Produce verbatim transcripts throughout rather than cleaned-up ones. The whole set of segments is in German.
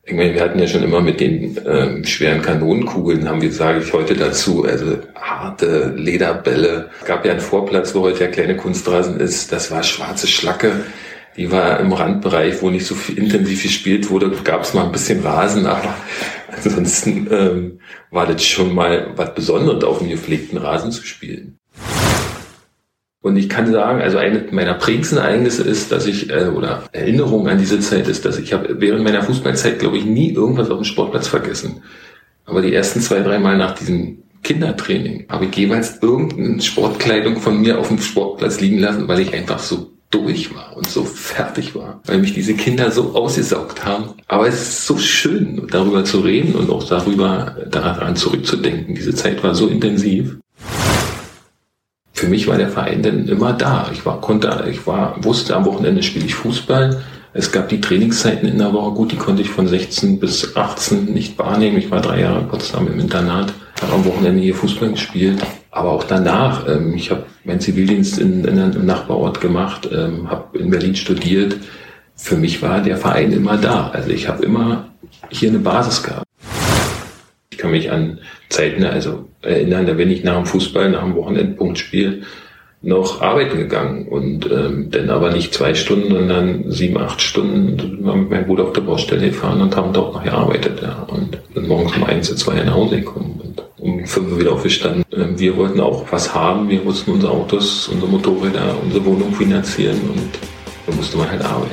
Ich meine, wir hatten ja schon immer mit den ähm, schweren Kanonenkugeln, haben wir, sage ich heute dazu, also harte Lederbälle. Es gab ja einen Vorplatz, wo heute der kleine Kunstrasen ist. Das war schwarze Schlacke. Die war im Randbereich, wo nicht so viel intensiv gespielt wurde. Gab es mal ein bisschen Rasen, aber ansonsten ähm, war das schon mal was Besonderes, auf einem gepflegten Rasen zu spielen. Und ich kann sagen, also eine meiner prägendsten Ereignisse ist, dass ich, äh, oder Erinnerung an diese Zeit ist, dass ich habe während meiner Fußballzeit, glaube ich, nie irgendwas auf dem Sportplatz vergessen. Aber die ersten zwei, drei Mal nach diesem Kindertraining habe ich jeweils irgendeine Sportkleidung von mir auf dem Sportplatz liegen lassen, weil ich einfach so durch war und so fertig war, weil mich diese Kinder so ausgesaugt haben. Aber es ist so schön, darüber zu reden und auch darüber, daran zurückzudenken. Diese Zeit war so intensiv. Für mich war der Verein dann immer da. Ich war, konnte, ich war, wusste, am Wochenende spiele ich Fußball. Es gab die Trainingszeiten in der Woche. Gut, die konnte ich von sechzehn bis achtzehn nicht wahrnehmen. Ich war drei Jahre in Potsdam im Internat, habe am Wochenende hier Fußball gespielt. Aber auch danach, ähm, ich habe meinen Zivildienst in, in einem Nachbarort gemacht, ähm, habe in Berlin studiert. Für mich war der Verein immer da. Also ich habe immer hier eine Basis gehabt. Ich kann mich an Zeiten also erinnern, da bin ich nach dem Fußball, nach dem Wochenendpunktspiel noch arbeiten gegangen und ähm, dann aber nicht zwei Stunden, sondern sieben, acht Stunden sind wir mit meinem Bruder auf der Baustelle gefahren und haben dort noch gearbeitet. Ja. Und dann morgens um eins, zwei nach Hause gekommen und um fünf wieder aufgestanden. Ähm, wir wollten auch was haben, wir mussten unsere Autos, unsere Motorräder, unsere Wohnung finanzieren und da musste man halt arbeiten.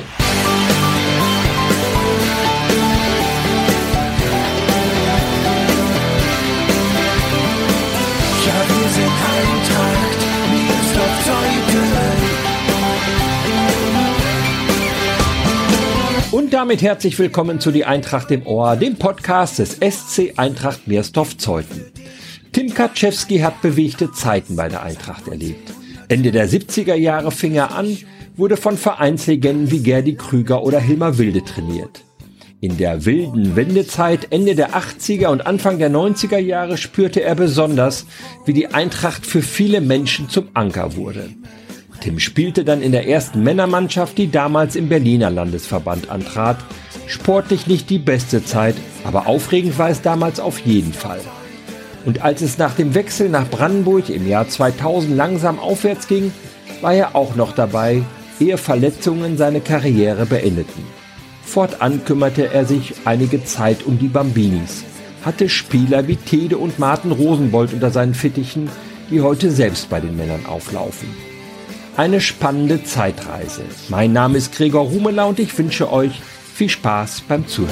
Und damit herzlich willkommen zu Die Eintracht im Ohr, dem Podcast des S C Eintracht Meersdorf-Zeuthen. Tim Kaczewski hat bewegte Zeiten bei der Eintracht erlebt. Ende der siebziger Jahre fing er an, wurde von Vereinslegenden wie Gerdi Krüger oder Hilmar Wilde trainiert. In der wilden Wendezeit Ende der achtziger und Anfang der neunziger Jahre spürte er besonders, wie die Eintracht für viele Menschen zum Anker wurde. Tim spielte dann in der ersten Männermannschaft, die damals im Berliner Landesverband antrat. Sportlich nicht die beste Zeit, aber aufregend war es damals auf jeden Fall. Und als es nach dem Wechsel nach Brandenburg im Jahr zweitausend langsam aufwärts ging, war er auch noch dabei, ehe Verletzungen seine Karriere beendeten. Fortan kümmerte er sich einige Zeit um die Bambinis, hatte Spieler wie Tede und Martin Rosenbold unter seinen Fittichen, die heute selbst bei den Männern auflaufen. Eine spannende Zeitreise. Mein Name ist Gregor Rumeler und ich wünsche euch viel Spaß beim Zuhören.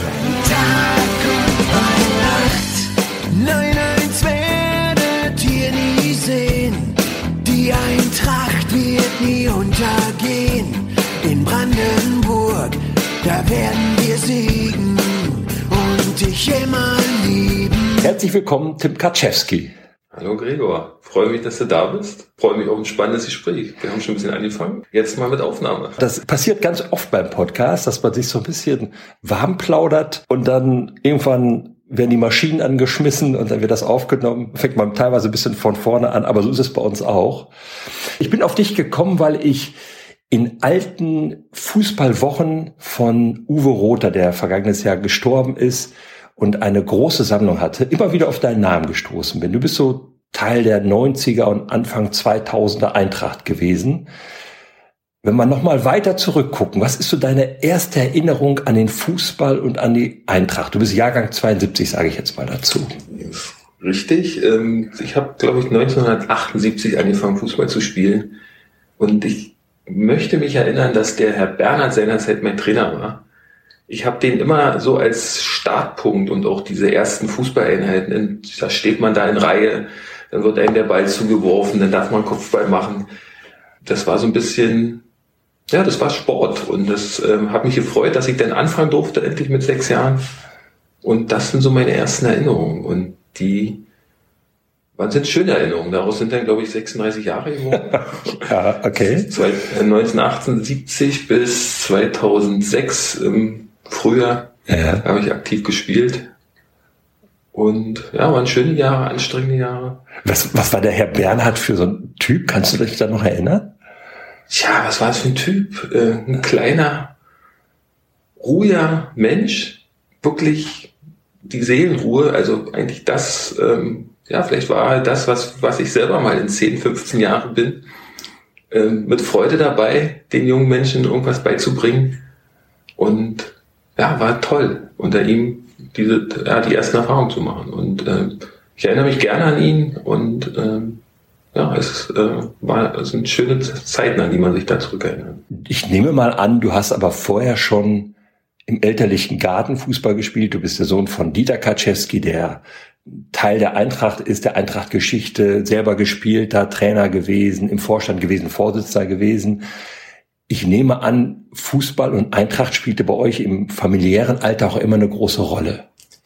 Tag und bei Nacht, nein, eins werdet ihr nie sehen. Die Eintracht wird nie untergehen. In Brandenburg, da werden wir siegen und dich immer lieben. Herzlich willkommen, Tim Kaczewski. Hallo Gregor, freue mich, dass du da bist. Freue mich auf ein spannendes Gespräch. Wir haben schon ein bisschen angefangen. Jetzt mal mit Aufnahme. Das passiert ganz oft beim Podcast, dass man sich so ein bisschen warm plaudert und dann irgendwann werden die Maschinen angeschmissen und dann wird das aufgenommen. Fängt man teilweise ein bisschen von vorne an, aber so ist es bei uns auch. Ich bin auf dich gekommen, weil ich in alten Fußballwochen von Uwe Rother, der vergangenes Jahr gestorben ist, und eine große Sammlung hatte, immer wieder auf deinen Namen gestoßen bin. Du bist so Teil der neunziger und Anfang zweitausender Eintracht gewesen. Wenn wir nochmal weiter zurückgucken, was ist so deine erste Erinnerung an den Fußball und an die Eintracht? Du bist Jahrgang zweiundsiebzig, sage ich jetzt mal dazu. Richtig. Ich habe, glaube ich, neunzehnhundertachtundsiebzig angefangen, Fußball zu spielen. Und ich möchte mich erinnern, dass der Herr Bernhard seinerzeit mein Trainer war. Ich habe den immer so als Startpunkt und auch diese ersten Fußballeinheiten, da steht man da in Reihe, dann wird einem der Ball zugeworfen, dann darf man Kopfball machen. Das war so ein bisschen, ja, das war Sport und das ähm, hat mich gefreut, dass ich dann anfangen durfte, endlich mit sechs Jahren. Und das sind so meine ersten Erinnerungen und die waren sind schöne Erinnerungen. Daraus sind dann, glaube ich, sechsunddreißig Jahre geworden. Ja, okay. neunzehnhundertachtundsiebzig bis zweitausendsechs im Frühjahr ja. habe ich aktiv gespielt. Und ja, waren schöne Jahre, anstrengende Jahre. Was, was war der Herr Bernhard für so ein Typ? Kannst du dich da noch erinnern? Tja, was war das für ein Typ? Äh, ein kleiner, ruhiger Mensch, wirklich die Seelenruhe, also eigentlich das, ähm, ja, vielleicht war halt das, was, was ich selber mal in zehn, fünfzehn Jahren bin, ähm, mit Freude dabei, den jungen Menschen irgendwas beizubringen. Und ja, war toll, unter ihm diese, ja, die ersten Erfahrungen zu machen. Und ähm, ich erinnere mich gerne an ihn und ähm, ja, es, äh, war, es sind schöne Zeiten, an die man sich da zurückerinnert. Ich nehme mal an, du hast aber vorher schon im elterlichen Garten Fußball gespielt. Du bist der Sohn von Dieter Kaczewski, der Teil der Eintracht ist, der Eintracht-Geschichte, selber gespielt, da Trainer gewesen, im Vorstand gewesen, Vorsitzender gewesen. Ich nehme an, Fußball und Eintracht spielte bei euch im familiären Alter auch immer eine große Rolle.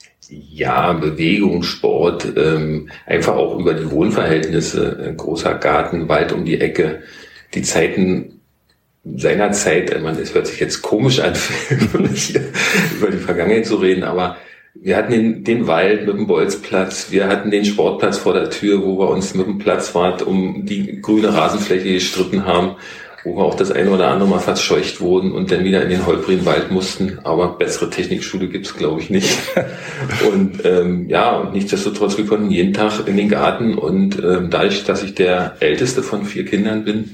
Ja, Bewegung, Sport, ähm, einfach auch über die Wohnverhältnisse, großer Garten, Wald um die Ecke, die Zeiten seiner Zeit, ich meine, es hört sich jetzt komisch an, für mich hier über die Vergangenheit zu reden, aber wir hatten den, den Wald mit dem Bolzplatz, wir hatten den Sportplatz vor der Tür, wo wir uns mit dem Platzwart um die grüne Rasenfläche gestritten haben, wo wir auch das eine oder andere Mal fast scheucht wurden und dann wieder in den holprigen Wald mussten, aber bessere Technikschule gibt's, glaube ich, nicht. Und ähm, ja, und nichtsdestotrotz, wir konnten jeden Tag in den Garten und ähm, dadurch, dass ich der älteste von vier Kindern bin,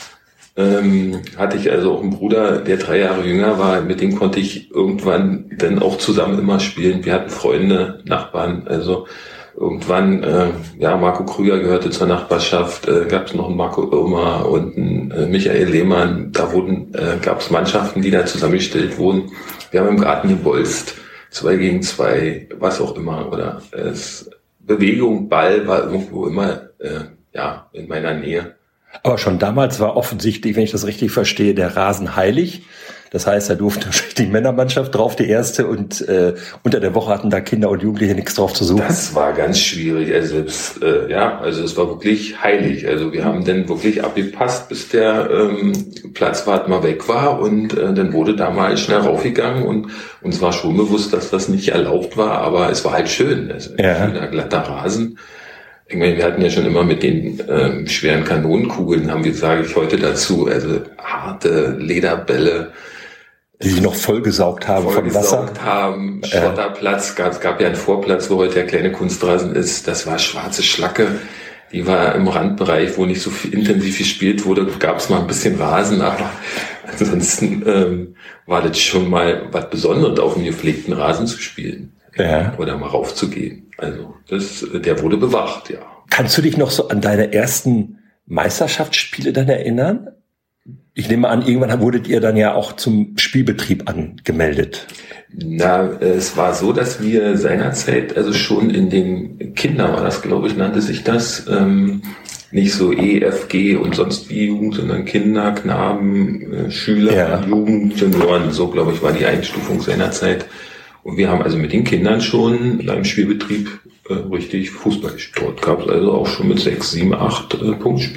ähm, hatte ich also auch einen Bruder, der drei Jahre jünger war, mit dem konnte ich irgendwann dann auch zusammen immer spielen. Wir hatten Freunde, Nachbarn, also irgendwann, äh, ja, Marco Krüger gehörte zur Nachbarschaft, äh, gab es noch einen Marco Irmer und einen äh, Michael Lehmann, da wurden, äh, gab es Mannschaften, die da zusammengestellt wurden. Wir haben im Garten gebolzt, zwei gegen zwei, was auch immer, oder es, Bewegung, Ball war irgendwo immer, äh, ja, in meiner Nähe. Aber schon damals war offensichtlich, wenn ich das richtig verstehe, der Rasen heilig. Das heißt, da durfte die Männermannschaft drauf, die erste, und äh, unter der Woche hatten da Kinder und Jugendliche nichts drauf zu suchen. Das war ganz schwierig. Also selbst, äh, ja, also es war wirklich heilig. Also wir haben dann wirklich abgepasst, bis der ähm, Platzwart mal weg war, und äh, dann wurde da mal schnell raufgegangen, und uns war schon bewusst, dass das nicht erlaubt war, aber es war halt schön. Also ja. Ein glatter Rasen. Ich meine, wir hatten ja schon immer mit den ähm, schweren Kanonenkugeln, haben wir, sage ich heute dazu, also harte Lederbälle, die sich noch vollgesaugt haben von Wasser. Vollgesaugt haben, Schotterplatz, gab, es gab ja einen Vorplatz, wo heute der kleine Kunstrasen ist, das war schwarze Schlacke, die war im Randbereich, wo nicht so viel intensiv gespielt wurde, gab es mal ein bisschen Rasen, aber ansonsten ähm, war das schon mal was Besonderes, auf einem gepflegten Rasen zu spielen. Ja. Oder mal raufzugehen. Also das, der wurde bewacht, ja. Kannst du dich noch so an deine ersten Meisterschaftsspiele dann erinnern? Ich nehme an, irgendwann wurdet ihr dann ja auch zum Spielbetrieb angemeldet. Na, es war so, dass wir seinerzeit, also schon in den Kinder war das, glaube ich, nannte sich das, ähm, nicht so E, F, G und sonst wie Jugend, sondern Kinder, Knaben, äh, Schüler, ja. Jugend, Senioren, so glaube ich war die Einstufung seinerzeit. Und wir haben also mit den Kindern schon in einem Spielbetrieb äh, richtig Fußball gespielt. Dort gab es also auch schon mit sechs, sieben, acht äh,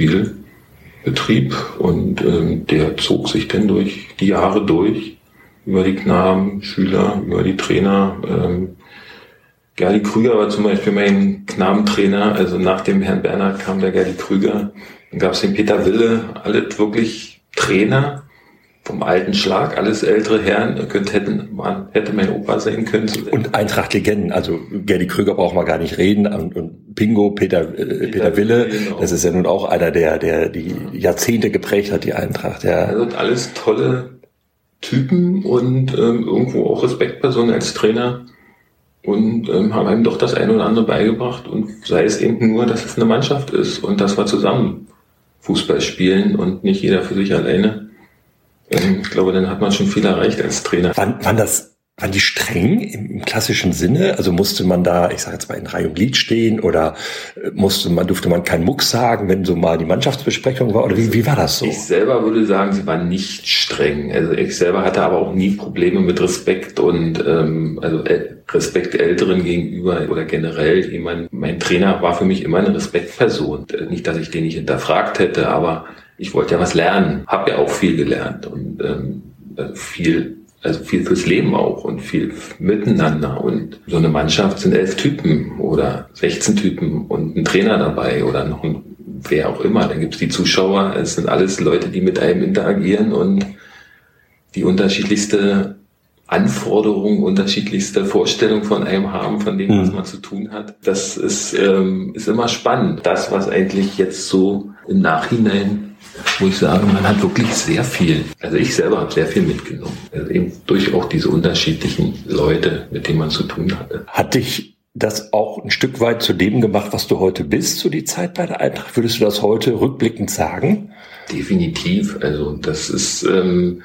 Punktspielbetrieb, und ähm, der zog sich dann durch die Jahre durch, über die Knaben, Schüler, über die Trainer. Ähm, Gerdi Krüger war zum Beispiel mein Knabentrainer, also nach dem Herrn Bernhard kam der Gerdi Krüger. Dann gab es den Peter Wille, alle wirklich Trainer vom alten Schlag, alles ältere Herren, könnte, hätten, man, hätte mein Opa sein können. Und Eintracht-Legenden, also Gerdi Krüger braucht man gar nicht reden, und, und Pingo, Peter, äh, Peter, Peter Wille, genau. Das ist ja nun auch einer, der, der die Jahrzehnte geprägt hat, die Eintracht, ja. Also alles tolle Typen und ähm, irgendwo auch Respektpersonen als Trainer, und ähm, haben einem doch das eine oder andere beigebracht, und sei es eben nur, dass es eine Mannschaft ist und dass wir zusammen Fußball spielen und nicht jeder für sich alleine. Ich glaube, dann hat man schon viel erreicht als Trainer. Waren, waren das, waren die streng im, im klassischen Sinne? Also musste man da, ich sage jetzt mal, in Reihe und Glied stehen, oder musste man, durfte man keinen Mucks sagen, wenn so mal die Mannschaftsbesprechung war? Oder wie, wie war das so? Ich selber würde sagen, sie waren nicht streng. Also ich selber hatte aber auch nie Probleme mit Respekt und ähm, also Respekt Älteren gegenüber oder generell jemand. Mein Trainer war für mich immer eine Respektperson. Nicht, dass ich den nicht hinterfragt hätte, aber ich wollte ja was lernen, habe ja auch viel gelernt, und ähm, viel, also viel fürs Leben auch und viel miteinander. Und so eine Mannschaft sind elf Typen oder sechzehn Typen und ein Trainer dabei oder noch ein, wer auch immer. Dann gibt's die Zuschauer, es sind alles Leute, die mit einem interagieren und die unterschiedlichste Anforderungen, unterschiedlichste Vorstellungen von einem haben, von dem, was man zu tun hat. Das ist, ähm, ist immer spannend. Das, was eigentlich jetzt so im Nachhinein, wo ich sage, man hat wirklich sehr viel, also ich selber habe sehr viel mitgenommen. Also eben durch auch diese unterschiedlichen Leute, mit denen man zu tun hatte. Hat dich das auch ein Stück weit zu dem gemacht, was du heute bist, so die Zeit bei der Eintracht? Würdest du das heute rückblickend sagen? Definitiv. Also das ist, ähm,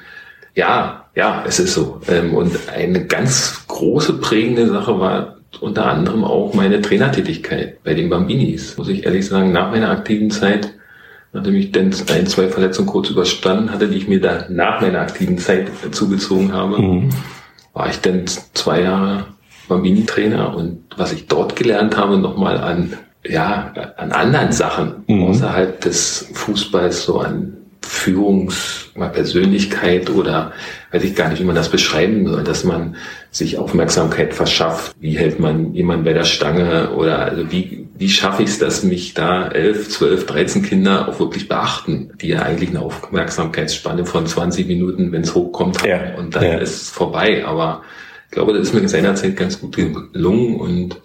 ja, ja, es ist so. Ähm, und eine ganz große prägende Sache war unter anderem auch meine Trainertätigkeit bei den Bambinis. Muss ich ehrlich sagen, nach meiner aktiven Zeit, nachdem ich dann ein, zwei Verletzungen kurz überstanden hatte, die ich mir da nach meiner aktiven Zeit zugezogen habe, mhm. war ich dann zwei Jahre Bambini-Trainer. Und was ich dort gelernt habe, nochmal an, ja, an anderen Sachen mhm. außerhalb des Fußballs, so an Führungs-, mal Persönlichkeit oder weiß ich gar nicht, wie man das beschreiben soll, dass man sich Aufmerksamkeit verschafft. Wie hält man jemanden bei der Stange oder also wie, wie schaffe ich es, dass mich da elf, zwölf, dreizehn Kinder auch wirklich beachten, die ja eigentlich eine Aufmerksamkeitsspanne von zwanzig Minuten, wenn es hochkommt, ja, haben und dann ja. ist es vorbei. Aber ich glaube, das ist mir in seiner Zeit ganz gut gelungen und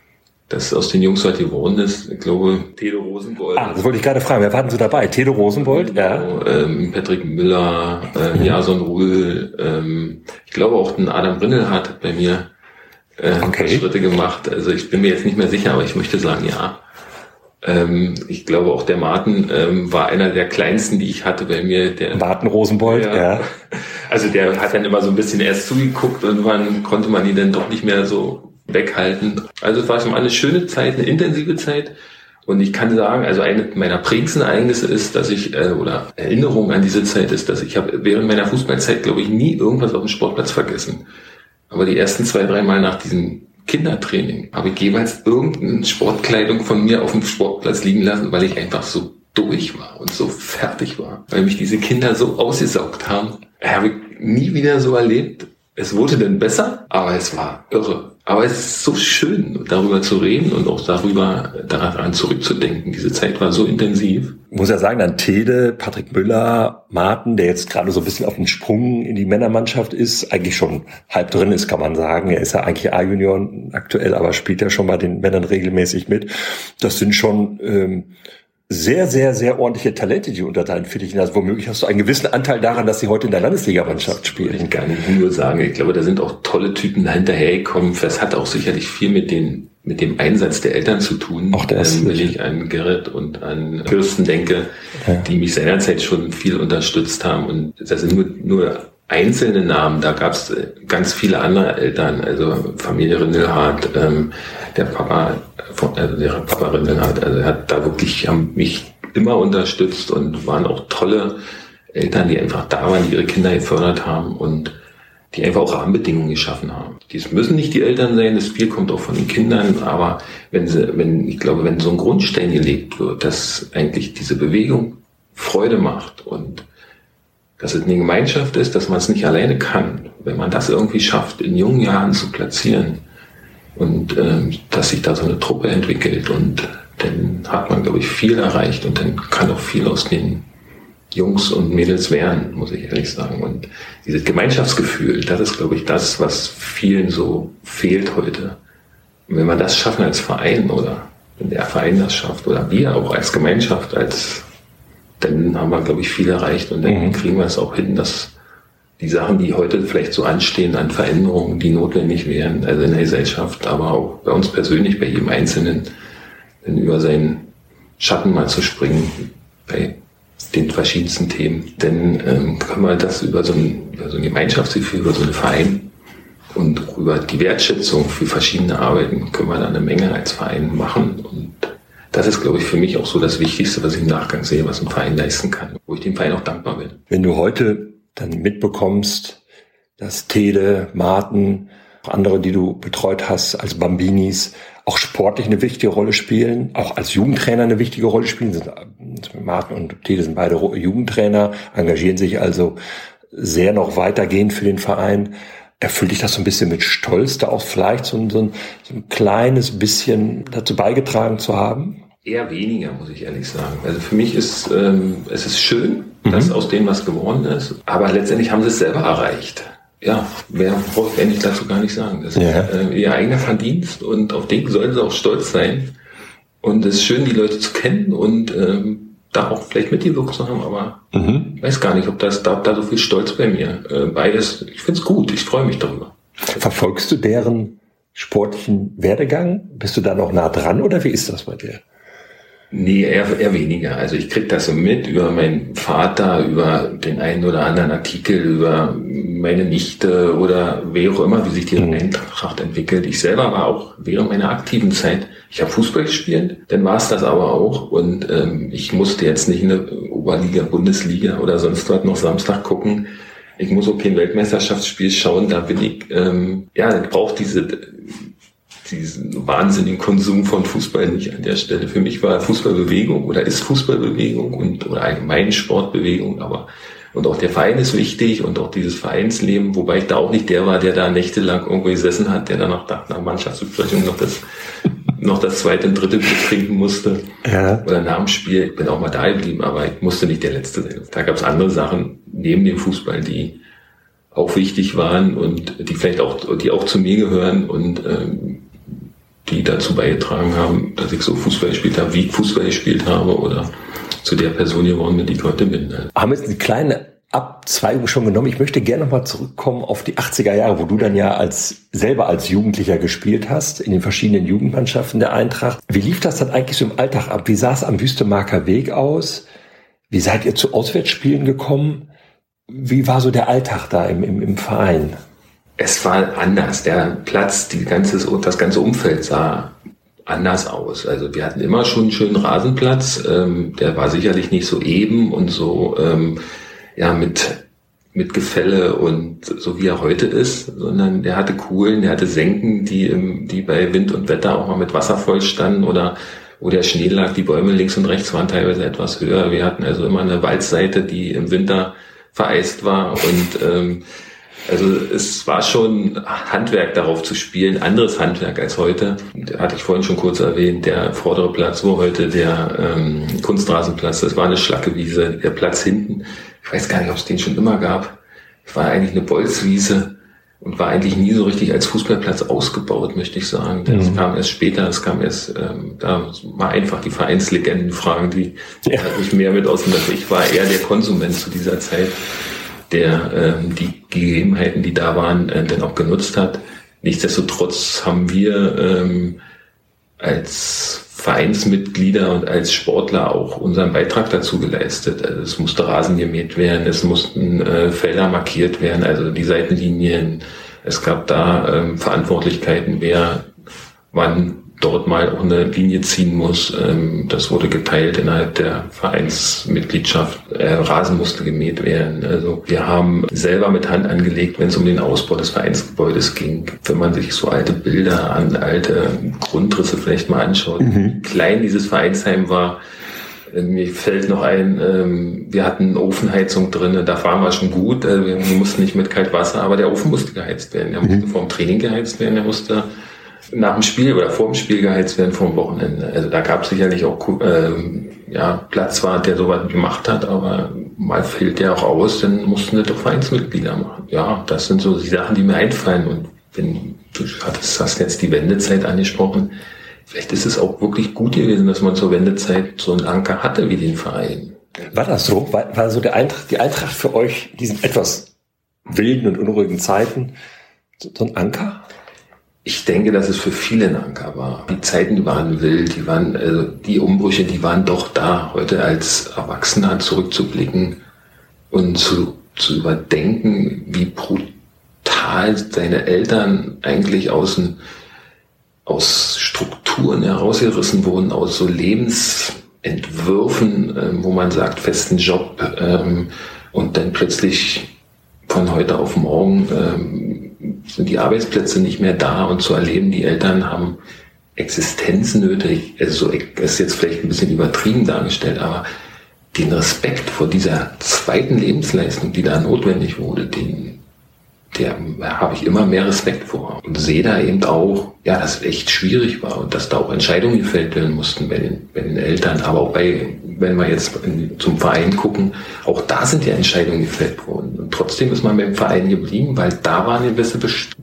das aus den Jungs heute geworden ist, ich glaube, Tede Rosenbold. Ah, das wollte ich gerade fragen. Wer war denn so dabei? Tede Rosenbold? Ja. Ähm, Patrick Müller, äh, Jason Ruhl, ähm, ich glaube auch ein Adam Brinnelhardt hat bei mir äh, okay. Schritte gemacht. Also ich bin mir jetzt nicht mehr sicher, aber ich möchte sagen, ja. Ähm, ich glaube auch der Martin ähm, war einer der kleinsten, die ich hatte bei mir. Der Martin Rosenbold, ja. ja. Also der hat dann immer so ein bisschen erst zugeguckt und wann konnte man ihn dann doch nicht mehr so weghalten. Also es war schon eine schöne Zeit, eine intensive Zeit. Und ich kann sagen, also eine meiner prägendsten Ereignisse ist, dass ich, äh, oder Erinnerung an diese Zeit ist, dass ich habe während meiner Fußballzeit, glaube ich, nie irgendwas auf dem Sportplatz vergessen. Aber die ersten zwei, drei Mal nach diesem Kindertraining habe ich jeweils irgendeine Sportkleidung von mir auf dem Sportplatz liegen lassen, weil ich einfach so durch war und so fertig war. Weil mich diese Kinder so ausgesaugt haben. Habe ich nie wieder so erlebt. Es wurde dann besser, aber es war irre. Aber es ist so schön, darüber zu reden und auch darüber, daran zurückzudenken. Diese Zeit war so intensiv. Ich muss ja sagen, dann Tede, Patrick Müller, Martin, der jetzt gerade so ein bisschen auf den Sprung in die Männermannschaft ist, eigentlich schon halb drin ist, kann man sagen. Er ist ja eigentlich A-Junior aktuell, aber spielt ja schon bei den Männern regelmäßig mit. Das sind schon ähm, sehr, sehr, sehr ordentliche Talente, die unter deinen Fittichen. Also womöglich hast du einen gewissen Anteil daran, dass sie heute in der Landesligamannschaft spielen. Ich kann nicht nur sagen. Ich glaube, da sind auch tolle Typen dahinterhergekommen. Das hat auch sicherlich viel mit den mit dem Einsatz der Eltern zu tun. Auch das. Ähm, wenn ich an Gerrit und an Kirsten denke, ja. die mich seinerzeit schon viel unterstützt haben. Und das sind nur, nur einzelne Namen. Da gab es ganz viele andere Eltern. Also Familie Rindelhardt, ähm, der Papa, also der Papa Rindelhardt, also er hat da wirklich, haben mich immer unterstützt und waren auch tolle Eltern, die einfach da waren, die ihre Kinder gefördert haben und die einfach auch Rahmenbedingungen geschaffen haben. Dies müssen nicht die Eltern sein, das viel kommt auch von den Kindern, aber wenn sie, wenn, ich glaube, wenn so ein Grundstein gelegt wird, dass eigentlich diese Bewegung Freude macht und dass es eine Gemeinschaft ist, dass man es nicht alleine kann, wenn man das irgendwie schafft, in jungen Jahren zu platzieren und ähm, dass sich da so eine Truppe entwickelt und dann hat man, glaube ich, viel erreicht und dann kann auch viel aus den Jungs und Mädels werden, muss ich ehrlich sagen. Und dieses Gemeinschaftsgefühl, das ist, glaube ich, das, was vielen so fehlt heute. Und wenn wir das schaffen als Verein oder wenn der Verein das schafft oder wir auch als Gemeinschaft, als dann haben wir, glaube ich, viel erreicht und dann mhm. kriegen wir es auch hin, dass die Sachen, die heute vielleicht so anstehen an Veränderungen, die notwendig wären, also in der Gesellschaft, aber auch bei uns persönlich, bei jedem Einzelnen, dann über seinen Schatten mal zu springen, bei den verschiedensten Themen, dann ähm, können wir das über so ein, über so ein Gemeinschaftsgefühl, über so einen Verein und über die Wertschätzung für verschiedene Arbeiten können wir da eine Menge als Verein machen und das ist, glaube ich, für mich auch so das Wichtigste, was ich im Nachgang sehe, was ein Verein leisten kann, wo ich dem Verein auch dankbar bin. Wenn du heute dann mitbekommst, dass Tede, Martin, auch andere, die du betreut hast als Bambinis, auch sportlich eine wichtige Rolle spielen, auch als Jugendtrainer eine wichtige Rolle spielen. Sind, Martin und Tede sind beide Jugendtrainer, engagieren sich also sehr noch weitergehend für den Verein. Erfüllt dich das so ein bisschen mit Stolz, da auch vielleicht so ein, so ein, so ein kleines bisschen dazu beigetragen zu haben? Eher weniger, muss ich ehrlich sagen. Also für mich ist ähm, es ist schön, mhm. dass aus dem was geworden ist, aber letztendlich haben sie es selber erreicht. ja, mehr brauche ich eigentlich dazu gar nicht sagen. Das ja. ist äh, ihr eigener Verdienst und auf den sollen sie auch stolz sein. Und es ist schön, die Leute zu kennen und ähm, da auch vielleicht mitgewirkt zu haben, aber mhm. ich weiß gar nicht, ob das da, da so viel Stolz bei mir. Äh, beides, ich finde es gut, ich freue mich darüber. Verfolgst du deren sportlichen Werdegang? Bist du da noch nah dran oder wie ist das bei dir? Nee, eher, eher weniger. Also ich krieg das so mit über meinen Vater, über den einen oder anderen Artikel, über meine Nichte oder wer auch immer, wie sich die Eintracht entwickelt. Ich selber war auch während meiner aktiven Zeit, ich habe Fußball gespielt, dann war es das aber auch und ähm, ich musste jetzt nicht in der Oberliga, Bundesliga oder sonst was noch Samstag gucken. Ich muss auch kein Weltmeisterschaftsspiel schauen, da bin ich, ähm, ja, ich brauche diese diesen wahnsinnigen Konsum von Fußball nicht an der Stelle. Für mich war Fußballbewegung oder ist Fußballbewegung und oder allgemein Sportbewegung, aber und auch der Verein ist wichtig und auch dieses Vereinsleben, wobei ich da auch nicht der war, der da nächtelang irgendwo gesessen hat, der dann nach, nach Mannschaftsbesprechung noch das noch das zweite und dritte Bier trinken musste ja. oder nach dem Spiel. Ich bin auch mal da geblieben, aber ich musste nicht der Letzte sein. Da gab es andere Sachen neben dem Fußball, die auch wichtig waren und die vielleicht auch, die auch zu mir gehören und ähm, die dazu beigetragen haben, dass ich so Fußball gespielt habe, wie ich Fußball gespielt habe oder zu der Person geworden bin, die ich heute bin. Haben jetzt eine kleine Abzweigung schon genommen. Ich möchte gerne nochmal zurückkommen auf die achtziger Jahre, wo du dann ja als selber als Jugendlicher gespielt hast, in den verschiedenen Jugendmannschaften der Eintracht. Wie lief das dann eigentlich so im Alltag ab? Wie sah es am Wüstemarker Weg aus? Wie seid ihr zu Auswärtsspielen gekommen? Wie war so der Alltag da im, im, im Verein? Es war anders. Der Platz, die ganze, das ganze Umfeld sah anders aus. Also wir hatten immer schon einen schönen Rasenplatz. Ähm, der war sicherlich nicht so eben und so ähm, ja mit mit Gefälle und so wie er heute ist, sondern der hatte Kuhlen, der hatte Senken, die im, die bei Wind und Wetter auch mal mit Wasser voll standen oder wo der Schnee lag. Die Bäume links und rechts waren teilweise etwas höher. Wir hatten also immer eine Waldseite, die im Winter vereist war und ähm, also es war schon Handwerk darauf zu spielen, anderes Handwerk als heute. Da hatte ich vorhin schon kurz erwähnt, der vordere Platz, wo heute der ähm, Kunstrasenplatz, das war eine Schlackewiese, der Platz hinten, ich weiß gar nicht, ob es den schon immer gab. Es war eigentlich eine Bolzwiese und war eigentlich nie so richtig als Fußballplatz ausgebaut, möchte ich sagen. Das mhm. kam erst später, es kam erst, ähm, da war einfach die Vereinslegenden fragen, die ja. hat mich mehr mit auseinander. Ich war eher der Konsument zu dieser Zeit, der ähm, die Gegebenheiten, die da waren, äh, dann auch genutzt hat. Nichtsdestotrotz haben wir ähm, als Vereinsmitglieder und als Sportler auch unseren Beitrag dazu geleistet. Also es musste Rasen gemäht werden, es mussten äh, Felder markiert werden, also die Seitenlinien. Es gab da ähm, Verantwortlichkeiten, wer wann dort mal auch eine Linie ziehen muss. Ähm, das wurde geteilt innerhalb der Vereinsmitgliedschaft. Äh, Rasen musste gemäht werden. Also wir haben selber mit Hand angelegt, wenn es um den Ausbau des Vereinsgebäudes ging. Wenn man sich so alte Bilder an alte Grundrisse vielleicht mal anschaut, mhm. wie klein dieses Vereinsheim war. Äh, mir fällt noch ein, ähm, wir hatten Ofenheizung drin, da waren wir schon gut. Äh, wir mussten nicht mit Kaltwasser, aber der Ofen musste geheizt werden. Der mhm. musste vor dem Training geheizt werden, der musste nach dem Spiel oder vor dem Spiel geheizt werden vom Wochenende. Also da gab es sicherlich auch ähm, ja, Platzwart, der sowas gemacht hat, aber mal fehlt der auch aus, dann mussten das doch Vereinsmitglieder machen. Ja, das sind so die Sachen, die mir einfallen. Und wenn du hattest, hast jetzt die Wendezeit angesprochen, vielleicht ist es auch wirklich gut gewesen, dass man zur Wendezeit so einen Anker hatte wie den Verein. War das so? War, war so der Eintracht, die Eintracht für euch diesen etwas wilden und unruhigen Zeiten so ein Anker? Ich denke, dass es für viele ein Anker war. Die Zeiten, die waren wild, die waren, also die Umbrüche, die waren doch da. Heute als Erwachsener zurückzublicken und zu, zu überdenken, wie brutal seine Eltern eigentlich aus, aus Strukturen herausgerissen wurden, aus so Lebensentwürfen, äh, wo man sagt, festen Job, ähm, und dann plötzlich von heute auf morgen ähm, sind die Arbeitsplätze nicht mehr da und zu erleben, die Eltern haben Existenznöte. Also es ist jetzt vielleicht ein bisschen übertrieben dargestellt, aber den Respekt vor dieser zweiten Lebensleistung, die da notwendig wurde, den, der habe ich immer mehr Respekt vor und sehe da eben auch, ja, dass es echt schwierig war und dass da auch Entscheidungen gefällt werden mussten bei den, bei den Eltern, aber auch bei, wenn wir jetzt in, zum Verein gucken, auch da sind ja Entscheidungen gefällt worden und trotzdem ist man beim Verein geblieben, weil da war ein gewisser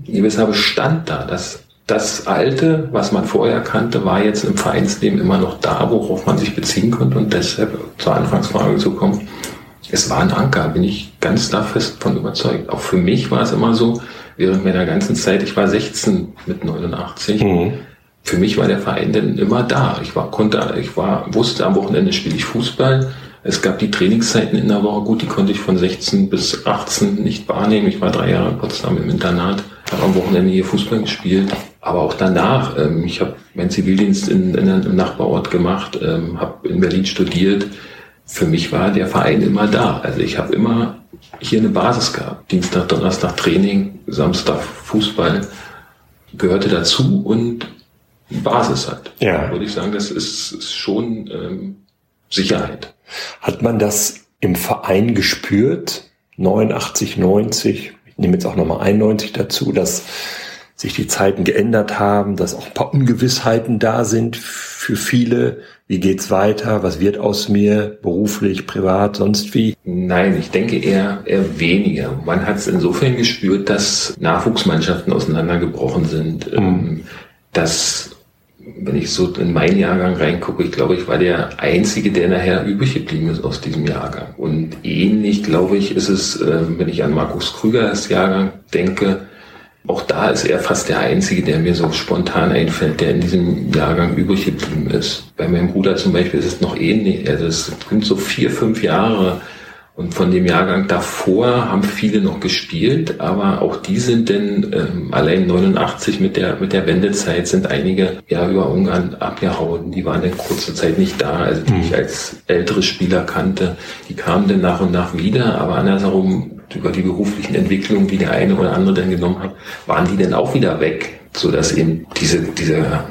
Bestand da, dass das Alte, was man vorher kannte, war jetzt im Vereinsleben immer noch da, worauf man sich beziehen konnte und deshalb zur Anfangsfrage zu kommen. Es war ein Anker, bin ich ganz da fest von überzeugt. Auch für mich war es immer so, während meiner ganzen Zeit, ich war sechzehn mit neunundachtzig, mhm. für mich war der Verein dann immer da. Ich war, konnte, ich war, wusste, am Wochenende spiele ich Fußball. Es gab die Trainingszeiten in der Woche, gut, die konnte ich von sechzehn bis achtzehn nicht wahrnehmen. Ich war drei Jahre in Potsdam im Internat, habe am Wochenende hier Fußball gespielt. Aber auch danach, ähm, ich habe meinen Zivildienst in, in, im Nachbarort gemacht, ähm, habe in Berlin studiert. Für mich war der Verein immer da. Also ich habe immer hier eine Basis gehabt. Dienstag, Donnerstag Training, Samstag Fußball gehörte dazu und die Basis halt. Ja. Würde ich sagen, das ist, ist schon ähm, Sicherheit. Hat man das im Verein gespürt? neunundachtzig, neunzig, ich nehme jetzt auch nochmal einundneunzig dazu, dass sich die Zeiten geändert haben, dass auch ein paar Ungewissheiten da sind für viele. Wie geht's weiter? Was wird aus mir? Beruflich, privat, sonst wie? Nein, ich denke eher, eher weniger. Man hat es insofern gespürt, dass Nachwuchsmannschaften auseinandergebrochen sind. Mhm. Dass, wenn ich so in meinen Jahrgang reingucke, ich glaube, ich war der Einzige, der nachher übrig geblieben ist aus diesem Jahrgang. Und ähnlich, glaube ich, ist es, wenn ich an Markus Krügers Jahrgang denke, auch da ist er fast der Einzige, der mir so spontan einfällt, der in diesem Jahrgang übrig geblieben ist. Bei meinem Bruder zum Beispiel ist es noch ähnlich. Also es sind so vier, fünf Jahre. Und von dem Jahrgang davor haben viele noch gespielt, aber auch die sind dann, ähm, allein neunundachtzig mit der, mit der Wendezeit sind einige ja über Ungarn abgehauen. Die waren dann kurze Zeit nicht da, also die ich als ältere Spieler kannte. Die kamen dann nach und nach wieder, aber andersherum, über die beruflichen Entwicklungen, die der eine oder andere dann genommen hat, waren die dann auch wieder weg, sodass eben diese, dieser,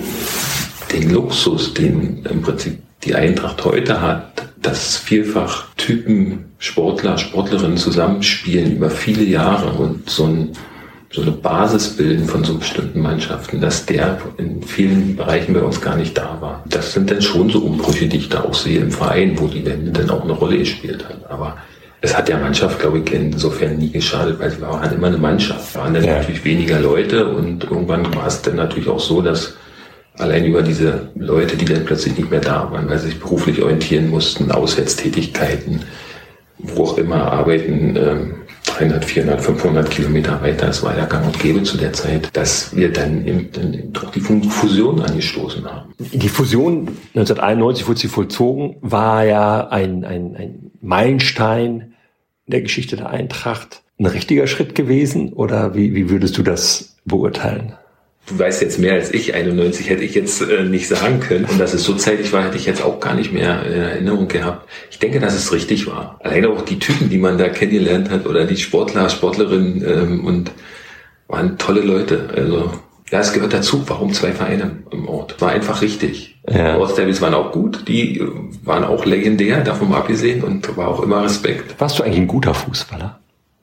den Luxus, den im Prinzip die Eintracht heute hat, dass vielfach Typen, Sportler, Sportlerinnen zusammenspielen über viele Jahre und so, ein, so eine Basis bilden von so bestimmten Mannschaften, dass der in vielen Bereichen bei uns gar nicht da war. Das sind dann schon so Umbrüche, die ich da auch sehe im Verein, wo die Wende dann auch eine Rolle gespielt hat. Aber es hat der Mannschaft, glaube ich, insofern nie geschadet, weil wir waren immer eine Mannschaft. Wir waren dann ja. natürlich weniger Leute und irgendwann war es dann natürlich auch so, dass allein über diese Leute, die dann plötzlich nicht mehr da waren, weil sie sich beruflich orientieren mussten, Auswärtstätigkeiten, wo auch immer arbeiten, ähm, dreihundert, vierhundert, fünfhundert Kilometer weiter, es war ja gang und gäbe zu der Zeit, dass wir dann eben, dann eben doch die Fusion angestoßen haben. Die Fusion neunzehnhunderteinundneunzig wurde sie vollzogen, war ja ein, ein, ein Meilenstein in der Geschichte der Eintracht. Ein richtiger Schritt gewesen oder wie, wie würdest du das beurteilen? Du weißt jetzt mehr als ich, einundneunzig hätte ich jetzt äh, nicht sagen können. Und dass es so zeitig war, hätte ich jetzt auch gar nicht mehr in Erinnerung gehabt. Ich denke, dass es richtig war. Alleine auch die Typen, die man da kennengelernt hat oder die Sportler, Sportlerinnen ähm, und waren tolle Leute. Also ja, es gehört dazu. Warum zwei Vereine im Ort? War einfach richtig. Ja. Ortsderbys waren auch gut, die waren auch legendär, davon mal abgesehen und war auch immer Respekt. Warst du eigentlich ein guter Fußballer?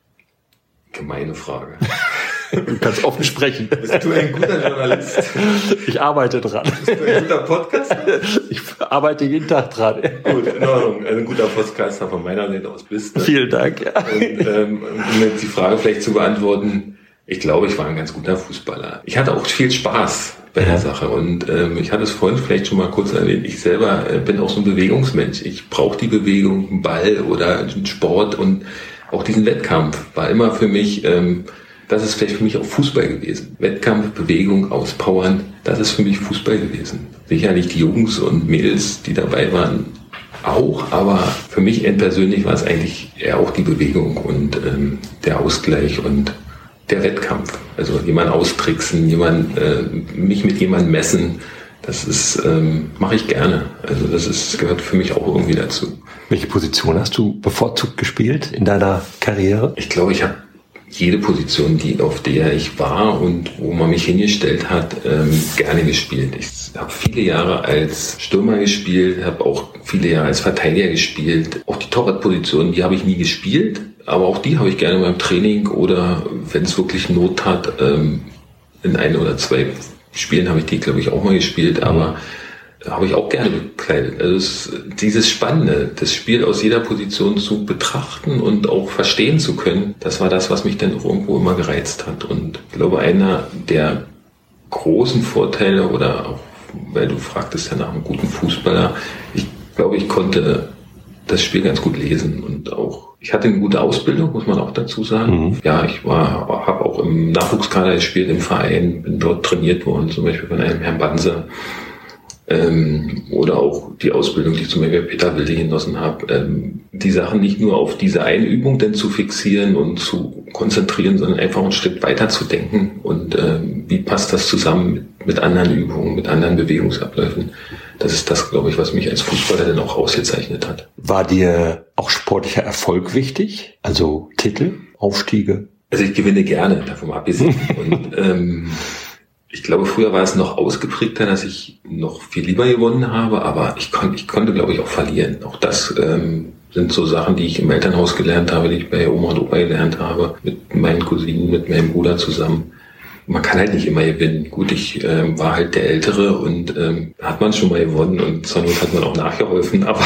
Gemeine Frage. Du kannst offen sprechen. Bist du ein guter Journalist? Ich arbeite dran. Bist du ein guter Podcaster? Ich arbeite jeden Tag dran. Gut, in Ordnung. Also ein guter Podcaster von meiner Seite aus bist du. Vielen Dank. Ja. Und, ähm, um jetzt die Frage vielleicht zu beantworten, ich glaube, ich war ein ganz guter Fußballer. Ich hatte auch viel Spaß bei der Sache und ähm, ich hatte es vorhin vielleicht schon mal kurz erwähnt, ich selber äh, bin auch so ein Bewegungsmensch. Ich brauche die Bewegung, einen Ball oder einen Sport und auch diesen Wettkampf war immer für mich... Ähm, Das ist vielleicht für mich auch Fußball gewesen. Wettkampf, Bewegung, Auspowern, das ist für mich Fußball gewesen. Sicherlich die Jungs und Mädels, die dabei waren, auch, aber für mich persönlich war es eigentlich eher auch die Bewegung und ähm, der Ausgleich und der Wettkampf. Also jemanden austricksen, jemand, äh, mich mit jemandem messen, das ist, ähm, mache ich gerne. Also das ist, gehört für mich auch irgendwie dazu. Welche Position hast du bevorzugt gespielt in deiner Karriere? Ich glaube, ich habe jede Position, die auf der ich war und wo man mich hingestellt hat, ähm, gerne gespielt. Ich habe viele Jahre als Stürmer gespielt, habe auch viele Jahre als Verteidiger gespielt. Auch die Torwartposition, die habe ich nie gespielt, aber auch die habe ich gerne beim Training oder wenn es wirklich Not hat, ähm, in ein oder zwei Spielen habe ich die, glaube ich, auch mal gespielt, aber habe ich auch gerne bekleidet. Also es, dieses Spannende, das Spiel aus jeder Position zu betrachten und auch verstehen zu können, das war das, was mich dann auch irgendwo immer gereizt hat. Und ich glaube, einer der großen Vorteile oder auch, weil du fragtest ja nach einem guten Fußballer, ich glaube, ich konnte das Spiel ganz gut lesen und auch, ich hatte eine gute Ausbildung, muss man auch dazu sagen. Mhm. Ja, ich war, habe auch im Nachwuchskader gespielt, im Verein, bin dort trainiert worden, zum Beispiel von einem Herrn Banse. Ähm, oder auch die Ausbildung, die ich zum Beispiel bei Peter Wilde genossen habe, ähm, die Sachen nicht nur auf diese eine Übung dann zu fixieren und zu konzentrieren, sondern einfach ein Stück weiter zu denken und ähm, wie passt das zusammen mit, mit anderen Übungen, mit anderen Bewegungsabläufen. Das ist das, glaube ich, was mich als Fußballer dann auch ausgezeichnet hat. War dir auch sportlicher Erfolg wichtig? Also Titel, Aufstiege? Also ich gewinne gerne, davon abgesehen. und ähm, Ich glaube, früher war es noch ausgeprägter, dass ich noch viel lieber gewonnen habe, aber ich, kon- ich konnte, glaube ich, auch verlieren. Auch das ähm, sind so Sachen, die ich im Elternhaus gelernt habe, die ich bei Oma und Opa gelernt habe, mit meinen Cousinen, mit meinem Bruder zusammen. Man kann halt nicht immer gewinnen. Gut, ich ähm, war halt der Ältere und ähm, hat man schon mal gewonnen und zur Not hat man auch nachgeholfen, aber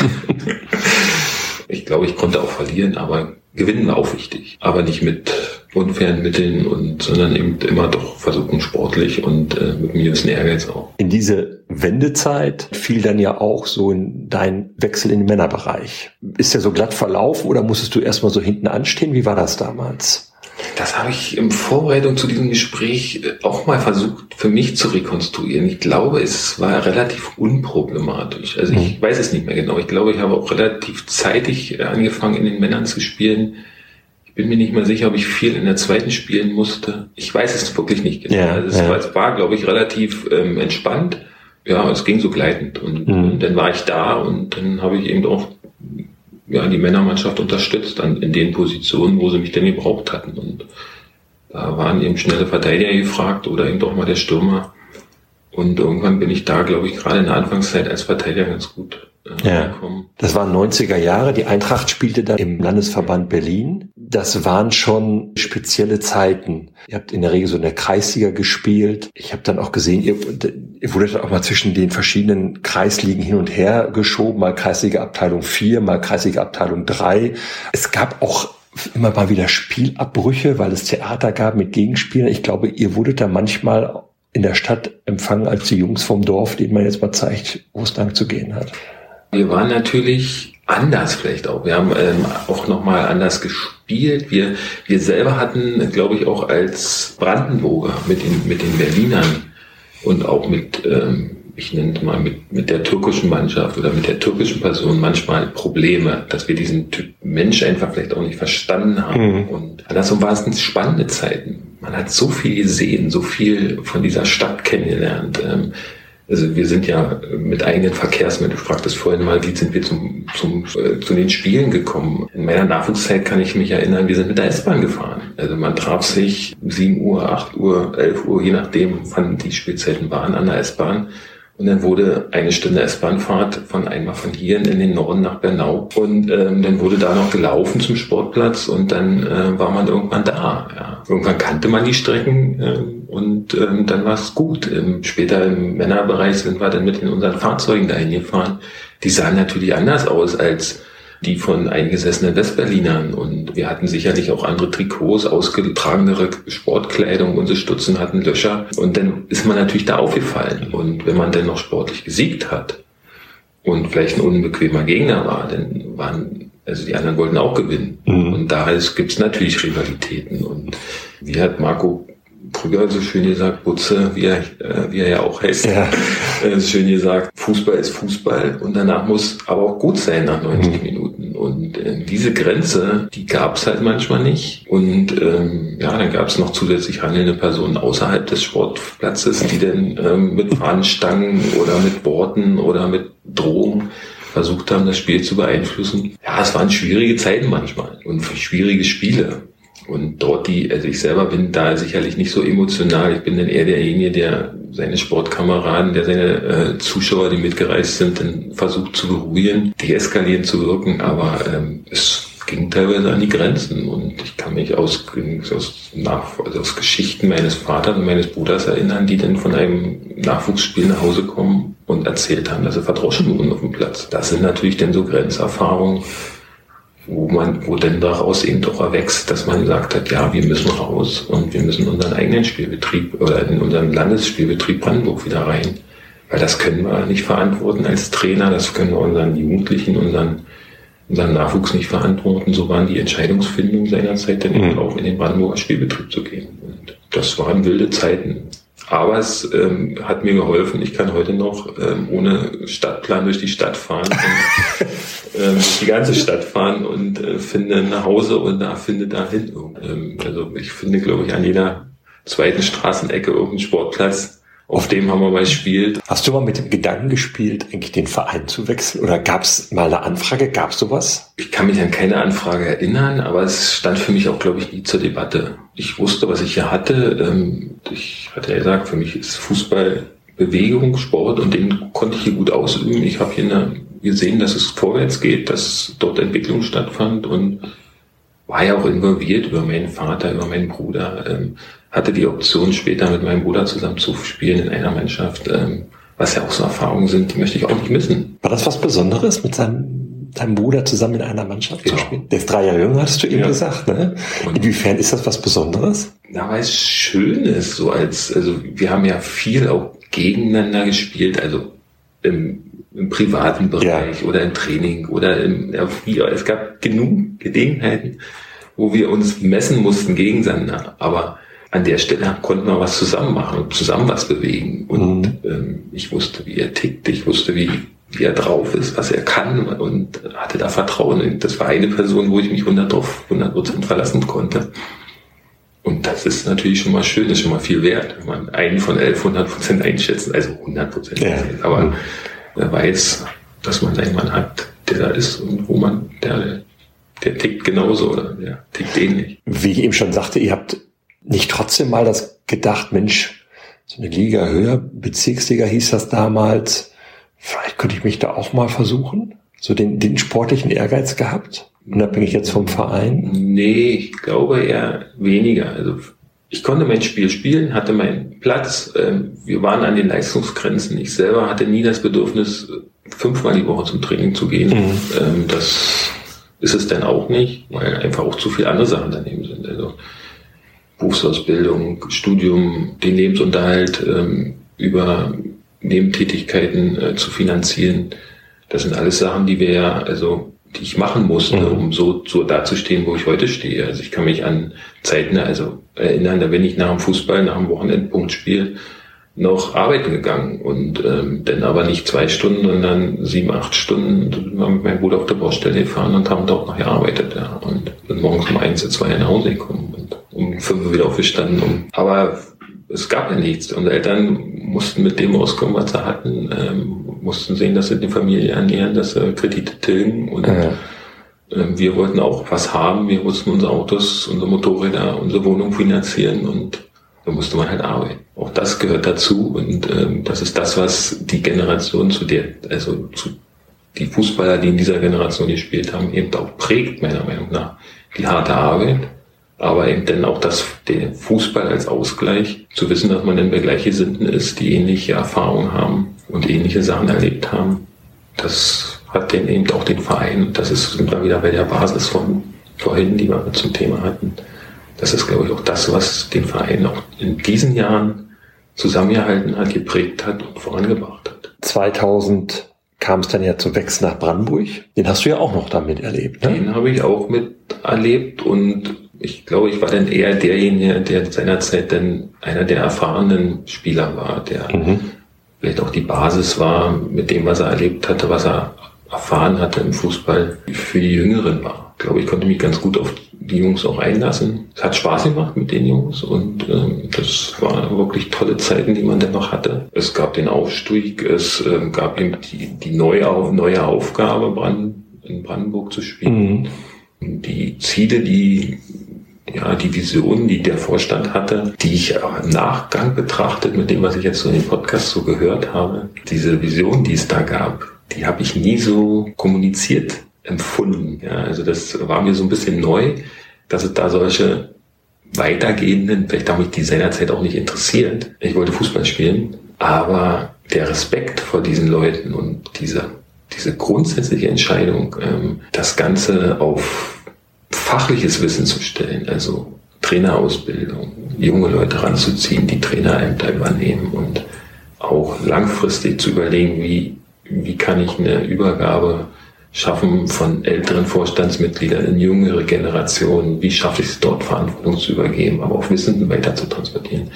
ich glaube, ich konnte auch verlieren, aber gewinnen war auch wichtig. Aber nicht mit unfairen Mitteln, und sondern eben immer doch versuchen sportlich und äh, mit einem gewissen Ehrgeiz auch. In diese Wendezeit fiel dann ja auch so in dein Wechsel in den Männerbereich. Ist der so glatt verlaufen oder musstest du erstmal so hinten anstehen? Wie war das damals? Das habe ich in Vorbereitung zu diesem Gespräch auch mal versucht, für mich zu rekonstruieren. Ich glaube, es war relativ unproblematisch. Also ich mhm. weiß es nicht mehr genau. Ich glaube, ich habe auch relativ zeitig angefangen, in den Männern zu spielen. Ich bin mir nicht mehr sicher, ob ich viel in der zweiten spielen musste. Ich weiß es wirklich nicht genau. Ja, also es, ja. war, es war, glaube ich, relativ ähm, entspannt. Ja, es ging so gleitend. Und, mhm. und dann war ich da und dann habe ich eben auch ja, die Männermannschaft unterstützt an, in den Positionen, wo sie mich denn gebraucht hatten. Und da waren eben schnelle Verteidiger gefragt oder eben auch mal der Stürmer. Und irgendwann bin ich da, glaube ich, gerade in der Anfangszeit als Verteidiger ganz gut äh, ja. gekommen. Das waren neunziger Jahre. Die Eintracht spielte da im Landesverband Berlin. Das waren schon spezielle Zeiten. Ihr habt in der Regel so in der Kreisliga gespielt. Ich habe dann auch gesehen, ihr, ihr wurdet auch mal zwischen den verschiedenen Kreisligen hin und her geschoben. Mal Kreisliga Abteilung vier, mal Kreisliga Abteilung drei. Es gab auch immer mal wieder Spielabbrüche, weil es Theater gab mit Gegenspielern. Ich glaube, ihr wurdet da manchmal in der Stadt empfangen als die Jungs vom Dorf, denen man jetzt mal zeigt, wo es lang zu gehen hat. Wir waren natürlich anders vielleicht auch. Wir haben ähm, auch nochmal anders gespielt. Wir, wir selber hatten, glaube ich, auch als Brandenburger mit den, mit den Berlinern und auch mit, ähm, ich nenne es mal, mit, mit der türkischen Mannschaft oder mit der türkischen Person manchmal Probleme, dass wir diesen Typ Mensch einfach vielleicht auch nicht verstanden haben. Mhm. Und andersrum war es spannende Zeiten. Man hat so viel gesehen, so viel von dieser Stadt kennengelernt. Ähm, Also wir sind ja mit eigenen Verkehrsmitteln, du fragtest vorhin mal, wie sind wir zum, zum, äh, zu den Spielen gekommen. In meiner Nachwuchszeit kann ich mich erinnern, wir sind mit der S-Bahn gefahren. Also man traf sich sieben Uhr, acht Uhr, elf Uhr, je nachdem, wann die Spielzeiten waren, an der S-Bahn. Und dann wurde eine Stunde S-Bahn-Fahrt von einmal von hier in den Norden nach Bernau. Und ähm, dann wurde da noch gelaufen zum Sportplatz und dann äh, war man irgendwann da. Ja. Irgendwann kannte man die Strecken äh, und ähm, dann war es gut. Ähm, später im Männerbereich sind wir dann mit in unseren Fahrzeugen dahin gefahren. Die sahen natürlich anders aus als die von eingesessenen Westberlinern. Und wir hatten sicherlich auch andere Trikots, ausgetragenere Sportkleidung, unsere Stutzen hatten Löcher. Und dann ist man natürlich da aufgefallen. Und wenn man dann noch sportlich gesiegt hat und vielleicht ein unbequemer Gegner war, dann waren, also die anderen wollten auch gewinnen. Mhm. Und daher gibt es natürlich Rivalitäten. Und wie hat Marco Krüger so schön gesagt, Butze, wie er, äh, wie er ja auch heißt, ja. äh, schön gesagt, Fußball ist Fußball und danach muss aber auch gut sein nach neunzig mhm. Minuten. Und äh, diese Grenze, die gab es halt manchmal nicht. Und ähm, ja, dann gab es noch zusätzlich handelnde Personen außerhalb des Sportplatzes, die dann ähm, mit Fahnenstangen oder mit Worten oder mit Drohungen versucht haben, das Spiel zu beeinflussen. Ja, es waren schwierige Zeiten manchmal und schwierige Spiele. Und dort die, also ich selber bin da sicherlich nicht so emotional. Ich bin dann eher derjenige, der seine Sportkameraden, der seine äh, Zuschauer, die mitgereist sind, dann versucht zu beruhigen, deeskalierend zu wirken. Aber ähm, es ging teilweise an die Grenzen. Und ich kann mich aus, aus, nach, also aus Geschichten meines Vaters und meines Bruders erinnern, die dann von einem Nachwuchsspiel nach Hause kommen und erzählt haben, dass sie verdroschen wurden auf dem Platz. Das sind natürlich dann so Grenzerfahrungen, wo man, wo denn daraus eben doch erwächst, dass man gesagt hat, ja, wir müssen raus und wir müssen unseren eigenen Spielbetrieb oder in unseren Landesspielbetrieb Brandenburg wieder rein. Weil das können wir nicht verantworten als Trainer, das können wir unseren Jugendlichen, unseren, unseren Nachwuchs nicht verantworten. So waren die Entscheidungsfindungen seinerzeit dann eben auch in den Brandenburger Spielbetrieb zu gehen. Und das waren wilde Zeiten. Aber es ähm, hat mir geholfen. Ich kann heute noch ähm, ohne Stadtplan durch die Stadt fahren und ähm, durch die ganze Stadt fahren und äh, finde nach Hause und da finde dahin. Ähm, also ich finde, glaube ich, an jeder zweiten Straßenecke irgendeinen Sportplatz, auf dem haben wir mal gespielt. Hast du mal mit dem Gedanken gespielt, eigentlich den Verein zu wechseln? Oder gab es mal eine Anfrage? Gab es sowas? Ich kann mich an keine Anfrage erinnern, aber es stand für mich auch, glaube ich, nie zur Debatte. Ich wusste, was ich hier hatte. Ich hatte ja gesagt, für mich ist Fußball Bewegung, Sport und den konnte ich hier gut ausüben. Ich habe hier eine, gesehen, dass es vorwärts geht, dass dort Entwicklung stattfand und war ja auch involviert über meinen Vater, über meinen Bruder, ähm, hatte die Option, später mit meinem Bruder zusammen zu spielen in einer Mannschaft, ähm, was ja auch so Erfahrungen sind, die möchte ich auch nicht missen. War das was Besonderes, mit seinem, deinem Bruder zusammen in einer Mannschaft ja. zu spielen? Der ist drei Jahre jünger, hattest du eben ja. gesagt, ne? Und inwiefern ist das was Besonderes? Na, weil es schön ist, so als, also wir haben ja viel auch gegeneinander gespielt, also im, im privaten Bereich ja. oder im Training oder im, ja, es gab genug Gelegenheiten, wo wir uns messen mussten gegeneinander, aber an der Stelle konnten wir was zusammen machen und zusammen was bewegen und mhm. ähm, ich wusste, wie er tickt, ich wusste, wie, wie er drauf ist, was er kann und hatte da Vertrauen. Und das war eine Person, wo ich mich hundert Prozent verlassen konnte. Und das ist natürlich schon mal schön, das ist schon mal viel wert, wenn man einen von elf hundert Prozent einschätzen, also hundert Prozent. Ja. Aber mhm. wer weiß, dass man einen Mann hat, der da ist und wo man, der, der tickt genauso oder der tickt ähnlich. Wie ich eben schon sagte, ihr habt nicht trotzdem mal das gedacht, Mensch, so eine Liga höher, Bezirksliga hieß das damals, vielleicht könnte ich mich da auch mal versuchen? So den, den sportlichen Ehrgeiz gehabt? Unabhängig jetzt vom Verein? Nee, ich glaube eher weniger. Also ich konnte mein Spiel spielen, hatte meinen Platz. Wir waren an den Leistungsgrenzen. Ich selber hatte nie das Bedürfnis, fünfmal die Woche zum Training zu gehen. Mhm. Das ist es dann auch nicht, weil einfach auch zu viele andere Sachen daneben sind. Also Berufsausbildung, Studium, den Lebensunterhalt ähm, über Nebentätigkeiten äh, zu finanzieren. Das sind alles Sachen, die wir ja, also die ich machen musste, mhm. um so, so dazustehen, wo ich heute stehe. Also ich kann mich an Zeiten also erinnern, da bin ich nach dem Fußball, nach dem Wochenendpunktspiel noch arbeiten gegangen und ähm, dann aber nicht zwei Stunden, sondern sieben, acht Stunden sind wir mit meinem Bruder auf der Baustelle gefahren und haben dort noch gearbeitet. Ja. Und sind morgens um eins, zwei nach Hause gekommen und um fünf wieder aufgestanden. Um, aber es gab ja nichts. Unsere Eltern mussten mit dem auskommen, was sie hatten, ähm, mussten sehen, dass sie die Familie ernähren, dass sie Kredite tilgen und ja. ähm, wir wollten auch was haben. Wir mussten unsere Autos, unsere Motorräder, unsere Wohnung finanzieren und da musste man halt arbeiten. Auch das gehört dazu und ähm, das ist das, was die Generation zu der, also zu die Fußballer, die in dieser Generation gespielt haben, eben auch prägt, meiner Meinung nach. Die harte Arbeit, aber eben dann auch das, der Fußball als Ausgleich, zu wissen, dass man dann bei Gleichgesinnten ist, die ähnliche Erfahrungen haben und ähnliche Sachen erlebt haben. Das hat dann eben auch den Verein, und das ist immer wieder bei der Basis von vorhin, die wir zum Thema hatten. Das ist, glaube ich, auch das, was den Verein auch in diesen Jahren zusammengehalten hat, geprägt hat und vorangebracht hat. zweitausend kam es dann ja zum Wechsel nach Brandenburg. Den hast du ja auch noch damit erlebt, ne? Den habe ich auch miterlebt und ich glaube, ich war dann eher derjenige, der seinerzeit dann einer der erfahrenen Spieler war, der mhm. vielleicht auch die Basis war mit dem, was er erlebt hatte, was er erfahren hatte im Fußball, für die Jüngeren war. Ich glaube, ich konnte mich ganz gut auf die Jungs auch einlassen. Es hat Spaß gemacht mit den Jungs und ähm, das waren wirklich tolle Zeiten, die man dann noch hatte. Es gab den Aufstieg, es ähm, gab eben die, die neue, neue Aufgabe, Brand, in Brandenburg zu spielen. Mhm. Die Ziele, die ja, die Vision, die der Vorstand hatte, die ich auch im Nachgang betrachtet mit dem, was ich jetzt so in den Podcast so gehört habe, diese Vision, die es da gab, die habe ich nie so kommuniziert empfunden. Ja, also das war mir so ein bisschen neu, dass es da solche weitergehenden, vielleicht habe ich die seinerzeit auch nicht interessiert. Ich wollte Fußball spielen, aber der Respekt vor diesen Leuten und diese, diese grundsätzliche Entscheidung, ähm, das Ganze auf fachliches Wissen zu stellen, also Trainerausbildung, junge Leute ranzuziehen, die Trainerämter übernehmen und auch langfristig zu überlegen, wie, wie kann ich eine Übergabe schaffen von älteren Vorstandsmitgliedern in jüngere Generationen, wie schaffe ich es dort, Verantwortung zu übergeben, aber auch Wissen weiter zu transportieren.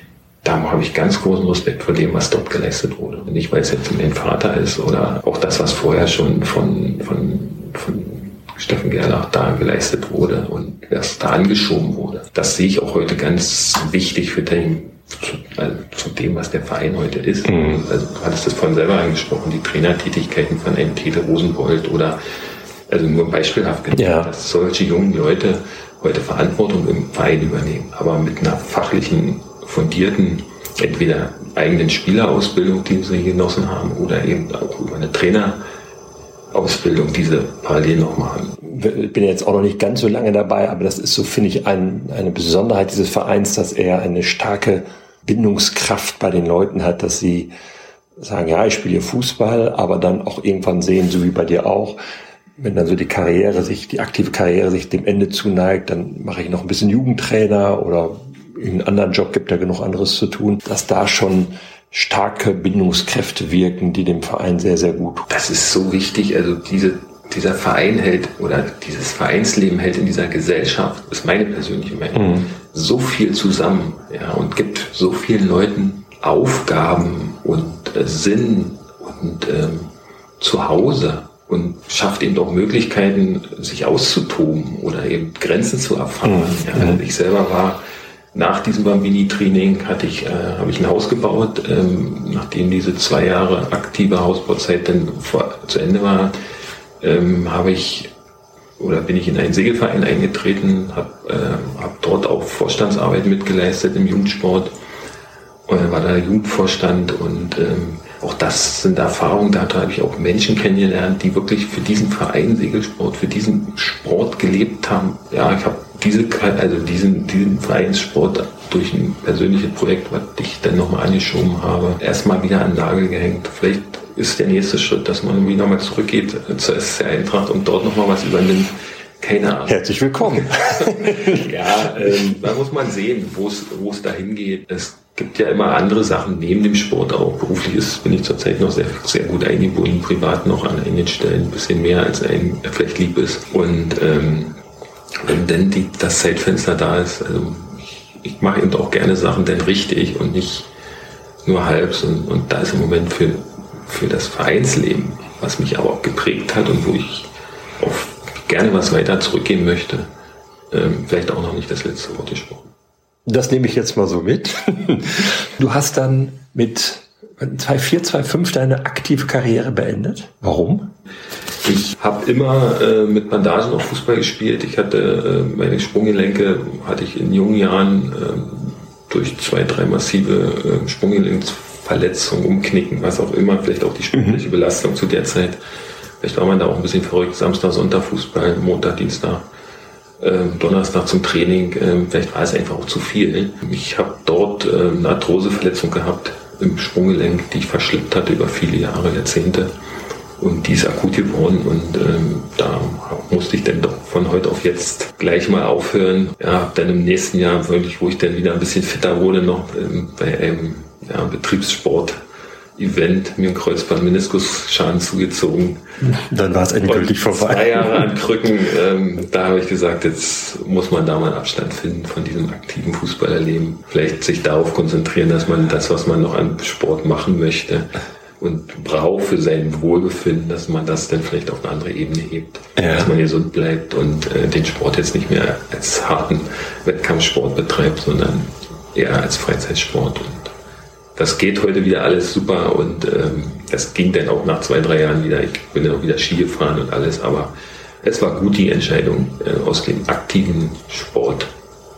Da habe ich ganz großen Respekt vor dem, was dort geleistet wurde. Nicht, weil es jetzt mein Vater ist oder auch das, was vorher schon von, von, von Steffen Gerlach da geleistet wurde und was da angeschoben wurde. Das sehe ich auch heute ganz wichtig für den, zu, also zu dem, was der Verein heute ist. Mhm. Also du hattest das vorhin selber angesprochen, die Trainertätigkeiten von einem Tete Rosenbold oder, also nur beispielhaft genannt, ja, dass solche jungen Leute heute Verantwortung im Verein übernehmen, aber mit einer fachlichen, fundierten, entweder eigenen Spielerausbildung, die sie genossen haben, oder eben auch über eine Trainerausbildung, die sie parallel noch machen. Ich bin jetzt auch noch nicht ganz so lange dabei, aber das ist so, finde ich, ein, eine Besonderheit dieses Vereins, dass er eine starke Bindungskraft bei den Leuten hat, dass sie sagen, ja, ich spiele Fußball, aber dann auch irgendwann sehen, so wie bei dir auch, wenn dann so die Karriere sich, die aktive Karriere sich dem Ende zuneigt, dann mache ich noch ein bisschen Jugendtrainer oder irgendeinen anderen Job, gibt ja genug anderes zu tun, dass da schon starke Bindungskräfte wirken, die dem Verein sehr, sehr gut tun. Das ist so wichtig, also diese, dieser Verein hält oder dieses Vereinsleben hält in dieser Gesellschaft, ist meine persönliche Meinung, mhm. so viel zusammen, ja, und gibt so vielen Leuten Aufgaben und äh, Sinn und ähm, Zuhause und schafft eben auch Möglichkeiten, sich auszutoben oder eben Grenzen zu erfahren. Mhm. Ja, also ich selber war nach diesem Bambini-Training hatte ich, äh, habe ich ein Haus gebaut, ähm, nachdem diese zwei Jahre aktive Hausbauzeit dann vor, zu Ende war, ähm, habe ich oder bin ich in einen Segelverein eingetreten, habe äh, hab dort auch Vorstandsarbeit mitgeleistet im Jugendsport und war da Jugendvorstand und ähm, auch das sind Erfahrungen, da habe ich auch Menschen kennengelernt, die wirklich für diesen Verein Segelsport, für diesen Sport gelebt haben. Ja, ich habe diese, also diesen, diesen Vereinssport durch ein persönliches Projekt, was ich dann nochmal angeschoben habe, erstmal wieder an den Nagel gehängt. Vielleicht ist der nächste Schritt, dass man irgendwie nochmal zurückgeht zur S C Eintracht und dort nochmal was übernimmt. Keine Ahnung. Herzlich willkommen. Ja, ähm, da muss man sehen, wo es wo es dahin geht. Es gibt ja immer andere Sachen neben dem Sport auch. Beruflich ist, bin ich zurzeit noch sehr, sehr gut eingebunden, privat noch an einigen Stellen ein bisschen mehr als einem vielleicht lieb ist. Und ähm, wenn dann die, das Zeitfenster da ist, also ich, ich mache eben auch gerne Sachen dann richtig und nicht nur halb. Und, und da ist im Moment für, für das Vereinsleben, was mich aber auch geprägt hat und wo ich auch gerne was weiter zurückgeben möchte, ähm, vielleicht auch noch nicht das letzte Wort gesprochen. Das nehme ich jetzt mal so mit. Du hast dann mit zweitausendvier, zweitausendfünf deine aktive Karriere beendet. Warum? Ich habe immer äh, mit Bandagen auch Fußball gespielt. Ich hatte äh, meine Sprunggelenke, hatte ich in jungen Jahren äh, durch zwei, drei massive äh, Sprunggelenksverletzungen, Umknicken, was auch immer, vielleicht auch die sportliche Belastung zu der Zeit. Vielleicht war man da auch ein bisschen verrückt. Samstag, Sonntag Fußball, Montag, Dienstag, äh, Donnerstag zum Training. Äh, vielleicht war es einfach auch zu viel. Ich habe dort äh, eine Arthroseverletzung gehabt im Sprunggelenk, die ich verschleppt hatte über viele Jahre, Jahrzehnte. Und die ist akut geworden und ähm, da musste ich dann doch von heute auf jetzt gleich mal aufhören. Ja, hab dann im nächsten Jahr wirklich, wo ich dann wieder ein bisschen fitter wurde, noch ähm, bei einem ja, Betriebssport-Event mir einen Kreuzband-Meniskusschaden zugezogen. Dann war es endgültig vorbei. Zwei Jahre an Krücken, ähm, da habe ich gesagt, jetzt muss man da mal Abstand finden von diesem aktiven Fußballerleben. Vielleicht sich darauf konzentrieren, dass man das, was man noch an Sport machen möchte und braucht für sein Wohlbefinden, dass man das dann vielleicht auf eine andere Ebene hebt. Ja. Dass man gesund bleibt und äh, den Sport jetzt nicht mehr als harten Wettkampfsport betreibt, sondern eher als Freizeitsport. Und das geht heute wieder alles super und ähm, das ging dann auch nach zwei, drei Jahren wieder. Ich bin dann auch wieder Ski gefahren und alles, aber es war gut, die Entscheidung, äh, aus dem aktiven Sport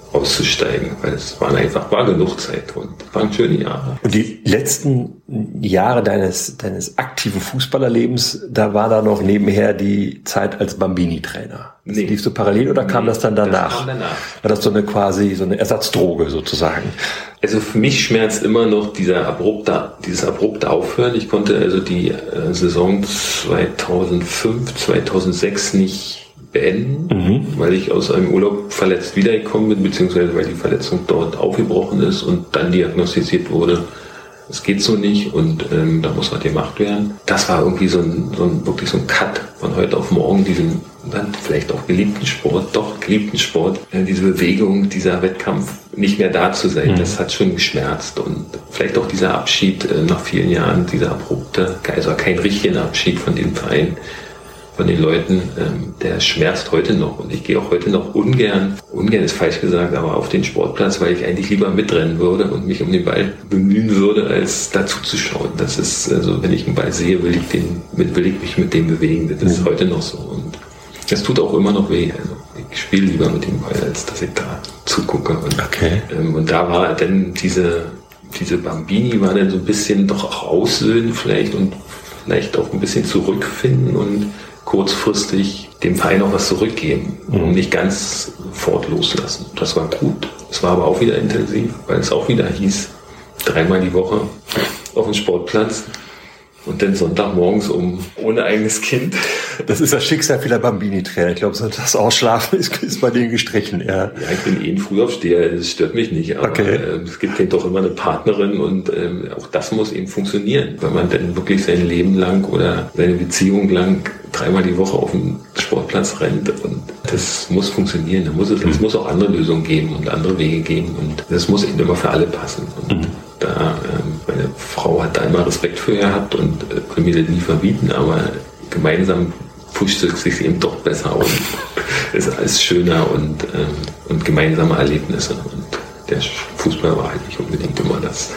auszusteigen, weil es waren einfach, war genug Zeit und waren schöne Jahre. Und die letzten Jahre deines, deines aktiven Fußballerlebens, da war da noch nebenher die Zeit als Bambini-Trainer. Nee. Liefst du parallel oder kam nee, das dann danach? Das kam danach. War das so eine quasi, so eine Ersatzdroge sozusagen? Also für mich schmerzt immer noch dieser abrupte, dieses abrupte Aufhören. Ich konnte also die äh, Saison zweitausendfünf, zweitausendsechs nicht beenden, mhm. weil ich aus einem Urlaub verletzt wiedergekommen bin, beziehungsweise weil die Verletzung dort aufgebrochen ist und dann diagnostiziert wurde, es geht so nicht und ähm, da muss was gemacht werden. Das war irgendwie so ein, so ein wirklich so ein Cut von heute auf morgen, diesen dann vielleicht auch geliebten Sport, doch geliebten Sport, äh, diese Bewegung, dieser Wettkampf nicht mehr da zu sein, mhm. das hat schon geschmerzt und vielleicht auch dieser Abschied äh, nach vielen Jahren, dieser abrupte, also kein richtiger Abschied von dem Verein, von den Leuten, ähm, der schmerzt heute noch und ich gehe auch heute noch ungern, ungern ist falsch gesagt, aber auf den Sportplatz, weil ich eigentlich lieber mitrennen würde und mich um den Ball bemühen würde, als dazu zu schauen. Das ist, also wenn ich einen Ball sehe, will ich den, will ich mich mit dem bewegen. Das ist mhm. heute noch so und das tut auch immer noch weh. Also ich spiele lieber mit dem Ball, als dass ich da zugucke. Und, okay. ähm, und da war dann diese, diese Bambini war dann so ein bisschen doch auch aussöhnen vielleicht und vielleicht auch ein bisschen zurückfinden und kurzfristig dem Verein auch was zurückgeben und mhm. nicht ganz fort loslassen. Das war gut. Es war aber auch wieder intensiv, weil es auch wieder hieß, dreimal die Woche auf dem Sportplatz und dann Sonntagmorgens um ohne eigenes Kind. Das ist das Schicksal vieler Bambini-Trainer. Ich glaube, das Ausschlafen ist, ist bei denen gestrichen. Ja. ja, ich bin eh ein Frühaufsteher, das stört mich nicht. Aber okay. äh, es gibt eben doch immer eine Partnerin und äh, auch das muss eben funktionieren. Wenn man dann wirklich sein Leben lang oder seine Beziehung lang dreimal die Woche auf den Sportplatz rennt und das muss funktionieren. Da muss es, es muss auch andere Lösungen geben und andere Wege geben und das muss eben immer für alle passen. Und mhm. da, ähm, meine Frau hat da immer Respekt für gehabt und äh, konnte mir das nie verbieten, aber gemeinsam pusht es sich eben doch besser und ist alles schöner und, ähm, und gemeinsame Erlebnisse. Und der Fußball war halt nicht unbedingt immer das.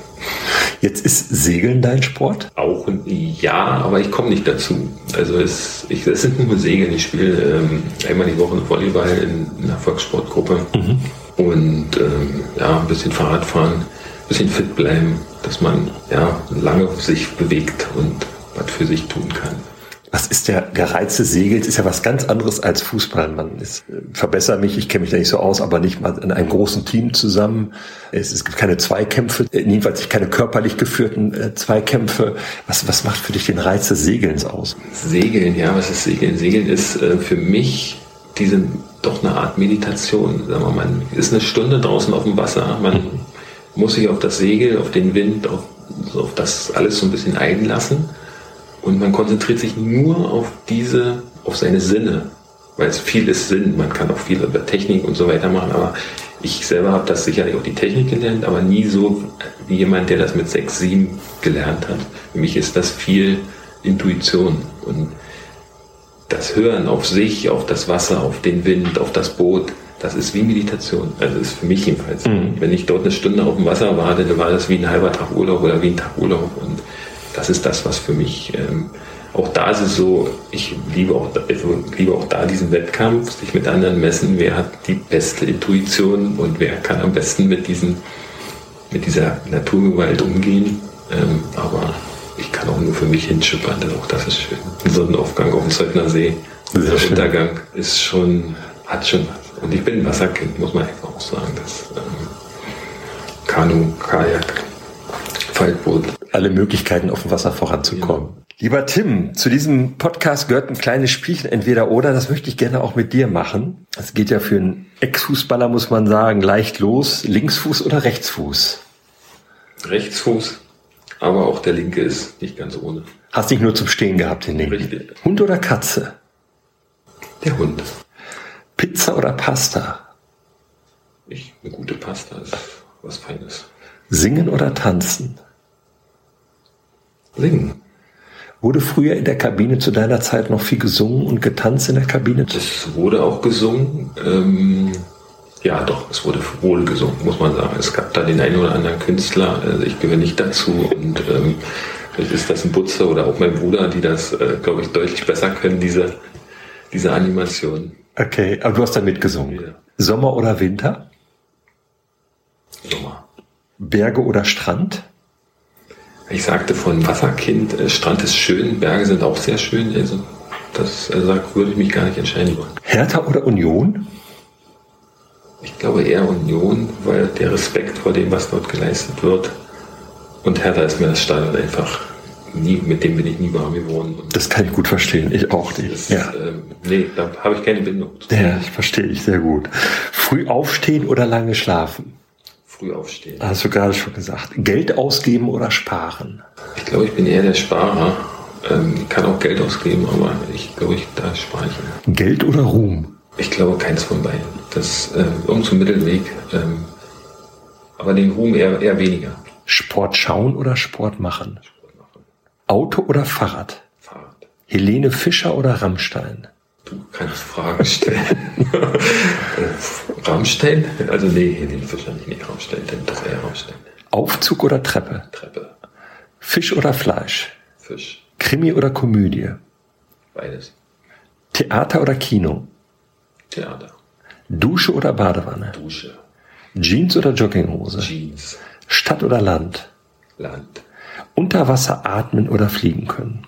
Jetzt ist Segeln dein Sport? Auch ja, aber ich komme nicht dazu. Also es, ich, es sind nur Segeln. Ich spiele ähm, einmal die Woche Volleyball in, in einer Volkssportgruppe mhm. und ähm, ja, ein bisschen Fahrrad fahren, ein bisschen fit bleiben, dass man ja lange sich bewegt und was für sich tun kann. Was ist der, der Reiz des Segels? Ist ja was ganz anderes als Fußball. Man ist, verbessere mich, ich kenne mich da nicht so aus, aber nicht mal in einem großen Team zusammen. Es, es gibt keine Zweikämpfe, jedenfalls keine körperlich geführten äh, Zweikämpfe. Was, was macht für dich den Reiz des Segelns aus? Segeln, ja, was ist Segeln? Segeln ist äh, für mich diese doch eine Art Meditation. Sagen wir mal, man ist eine Stunde draußen auf dem Wasser, man mhm. muss sich auf das Segel, auf den Wind, auf, auf das alles so ein bisschen einlassen. Und man konzentriert sich nur auf diese, auf seine Sinne, weil es viel ist Sinn. Man kann auch viel über Technik und so weiter machen, aber ich selber habe das sicherlich auch die Technik gelernt, aber nie so wie jemand, der das mit sechs, sieben gelernt hat. Für mich ist das viel Intuition und das Hören auf sich, auf das Wasser, auf den Wind, auf das Boot. Das ist wie Meditation, also das ist für mich jedenfalls. Mhm. Wenn ich dort eine Stunde auf dem Wasser war, dann war das wie ein halber Tag Urlaub oder wie ein Tag Urlaub und das ist das, was für mich, ähm, auch da ist es so, ich liebe auch, also liebe auch da diesen Wettkampf, sich mit anderen messen, wer hat die beste Intuition und wer kann am besten mit, diesen, mit dieser Naturgewalt umgehen. Ähm, aber ich kann auch nur für mich hinschippern, denn auch das ist schön. Ein Sonnenaufgang auf dem Zeutner See, der Untergang ist schon, hat schon was. Und ich bin ein Wasserkind, muss man einfach auch sagen. Das ähm, Kanu, Kajak, Faltboot. Alle Möglichkeiten auf dem Wasser voranzukommen. Ja. Lieber Tim, zu diesem Podcast gehört ein kleines Spielchen, entweder oder, das möchte ich gerne auch mit dir machen. Das geht ja für einen Ex-Fußballer, muss man sagen, leicht los. Linksfuß oder Rechtsfuß? Rechtsfuß, aber auch der linke ist nicht ganz ohne. Hast dich nur zum Stehen gehabt, den linken? Richtig. Hund oder Katze? Der Hund. Pizza oder Pasta? Ich, eine gute Pasta ist was Feines. Singen oder tanzen? Singen. Wurde früher in der Kabine zu deiner Zeit noch viel gesungen und getanzt in der Kabine? Es wurde auch gesungen. Ähm, ja, doch, es wurde wohl gesungen, muss man sagen. Es gab da den einen oder anderen Künstler, also ich gehöre nicht dazu. Und ähm, vielleicht ist das ein Butzer oder auch mein Bruder, die das, äh, glaube ich, deutlich besser können, diese, diese Animation. Okay, aber du hast da mitgesungen. Ja. Sommer oder Winter? Sommer. Berge oder Strand? Ich sagte von Wasserkind, äh, Strand ist schön, Berge sind auch sehr schön. Also das also da würde ich mich gar nicht entscheiden wollen. Hertha oder Union? Ich glaube eher Union, weil der Respekt vor dem, was dort geleistet wird. Und Hertha ist mir das Stadion einfach nie, mit dem bin ich nie warm geworden. Und das kann ich gut verstehen, ich auch nicht. Ist, ja. ähm, nee, da habe ich keine Bindung zu. Ja, ich verstehe ich sehr gut. Früh aufstehen oder lange schlafen? Früh aufstehen. Hast du gerade schon gesagt. Geld ausgeben oder sparen? Ich glaube, ich bin eher der Sparer. Ähm, ich kann auch Geld ausgeben, aber ich glaube, ich, da spare ich. Geld oder Ruhm? Ich glaube, keins von beiden. Das äh, irgend so ein Mittelweg. Ähm, aber den Ruhm eher, eher weniger. Sport schauen oder Sport machen? Sport machen. Auto oder Fahrrad? Fahrrad. Helene Fischer oder Rammstein? Du kannst Fragen stellen. Rammstein? Also nee, Helene Fischer nicht, nicht Rammstein, denn doch eher Rammstein. Aufzug oder Treppe? Treppe. Fisch oder Fleisch? Fisch. Krimi oder Komödie? Beides. Theater oder Kino? Theater. Dusche oder Badewanne? Dusche. Jeans oder Jogginghose? Jeans. Stadt oder Land? Land. Unter Wasser atmen oder fliegen können?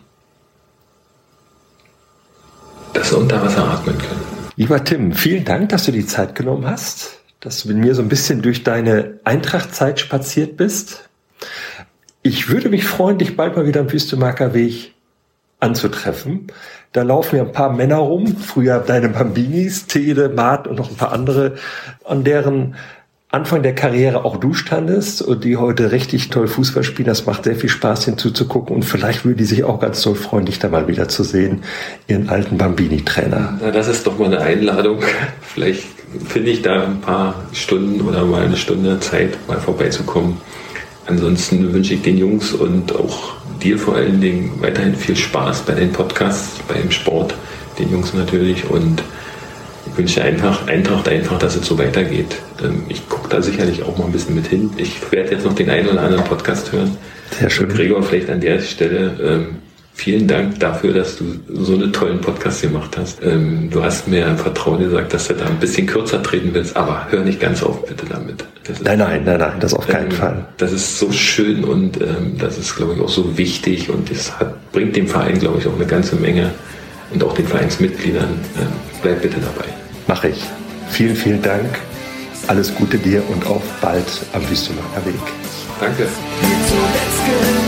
Dass wir unter Wasser atmen können. Lieber Tim, vielen Dank, dass du die Zeit genommen hast, dass du mit mir so ein bisschen durch deine Eintracht-Zeit spaziert bist. Ich würde mich freuen, dich bald mal wieder am Wüstemarker Weg anzutreffen. Da laufen ja ein paar Männer rum, früher deine Bambinis, Tede, Mart und noch ein paar andere, an deren Anfang der Karriere auch du standest und die heute richtig toll Fußball spielen. Das macht sehr viel Spaß, hinzuzugucken und vielleicht würde die sich auch ganz toll freuen, dich da mal wieder zu sehen, ihren alten Bambini-Trainer. Na, das ist doch mal eine Einladung. Vielleicht finde ich da ein paar Stunden oder mal eine Stunde Zeit, mal vorbeizukommen. Ansonsten wünsche ich den Jungs und auch dir vor allen Dingen weiterhin viel Spaß bei den Podcasts, beim Sport, den Jungs natürlich, und ich wünsche einfach, Eintracht einfach, dass es so weitergeht. Ich gucke da sicherlich auch mal ein bisschen mit hin. Ich werde jetzt noch den einen oder anderen Podcast hören. Sehr schön. Gregor, vielleicht an der Stelle ähm, vielen Dank dafür, dass du so einen tollen Podcast gemacht hast. Ähm, du hast mir im Vertrauen gesagt, dass du da ein bisschen kürzer treten willst, aber hör nicht ganz auf bitte damit. Das ist, Nein, nein, nein, nein, das auf keinen ähm, Fall. Das ist so schön und ähm, das ist, glaube ich, auch so wichtig und es hat, bringt dem Verein, glaube ich, auch eine ganze Menge und auch den Vereinsmitgliedern. Ähm, bleib bitte dabei. Mache ich. Vielen, vielen Dank. Alles Gute dir und auf bald am Wüstemarker Weg. Danke. Zuletzt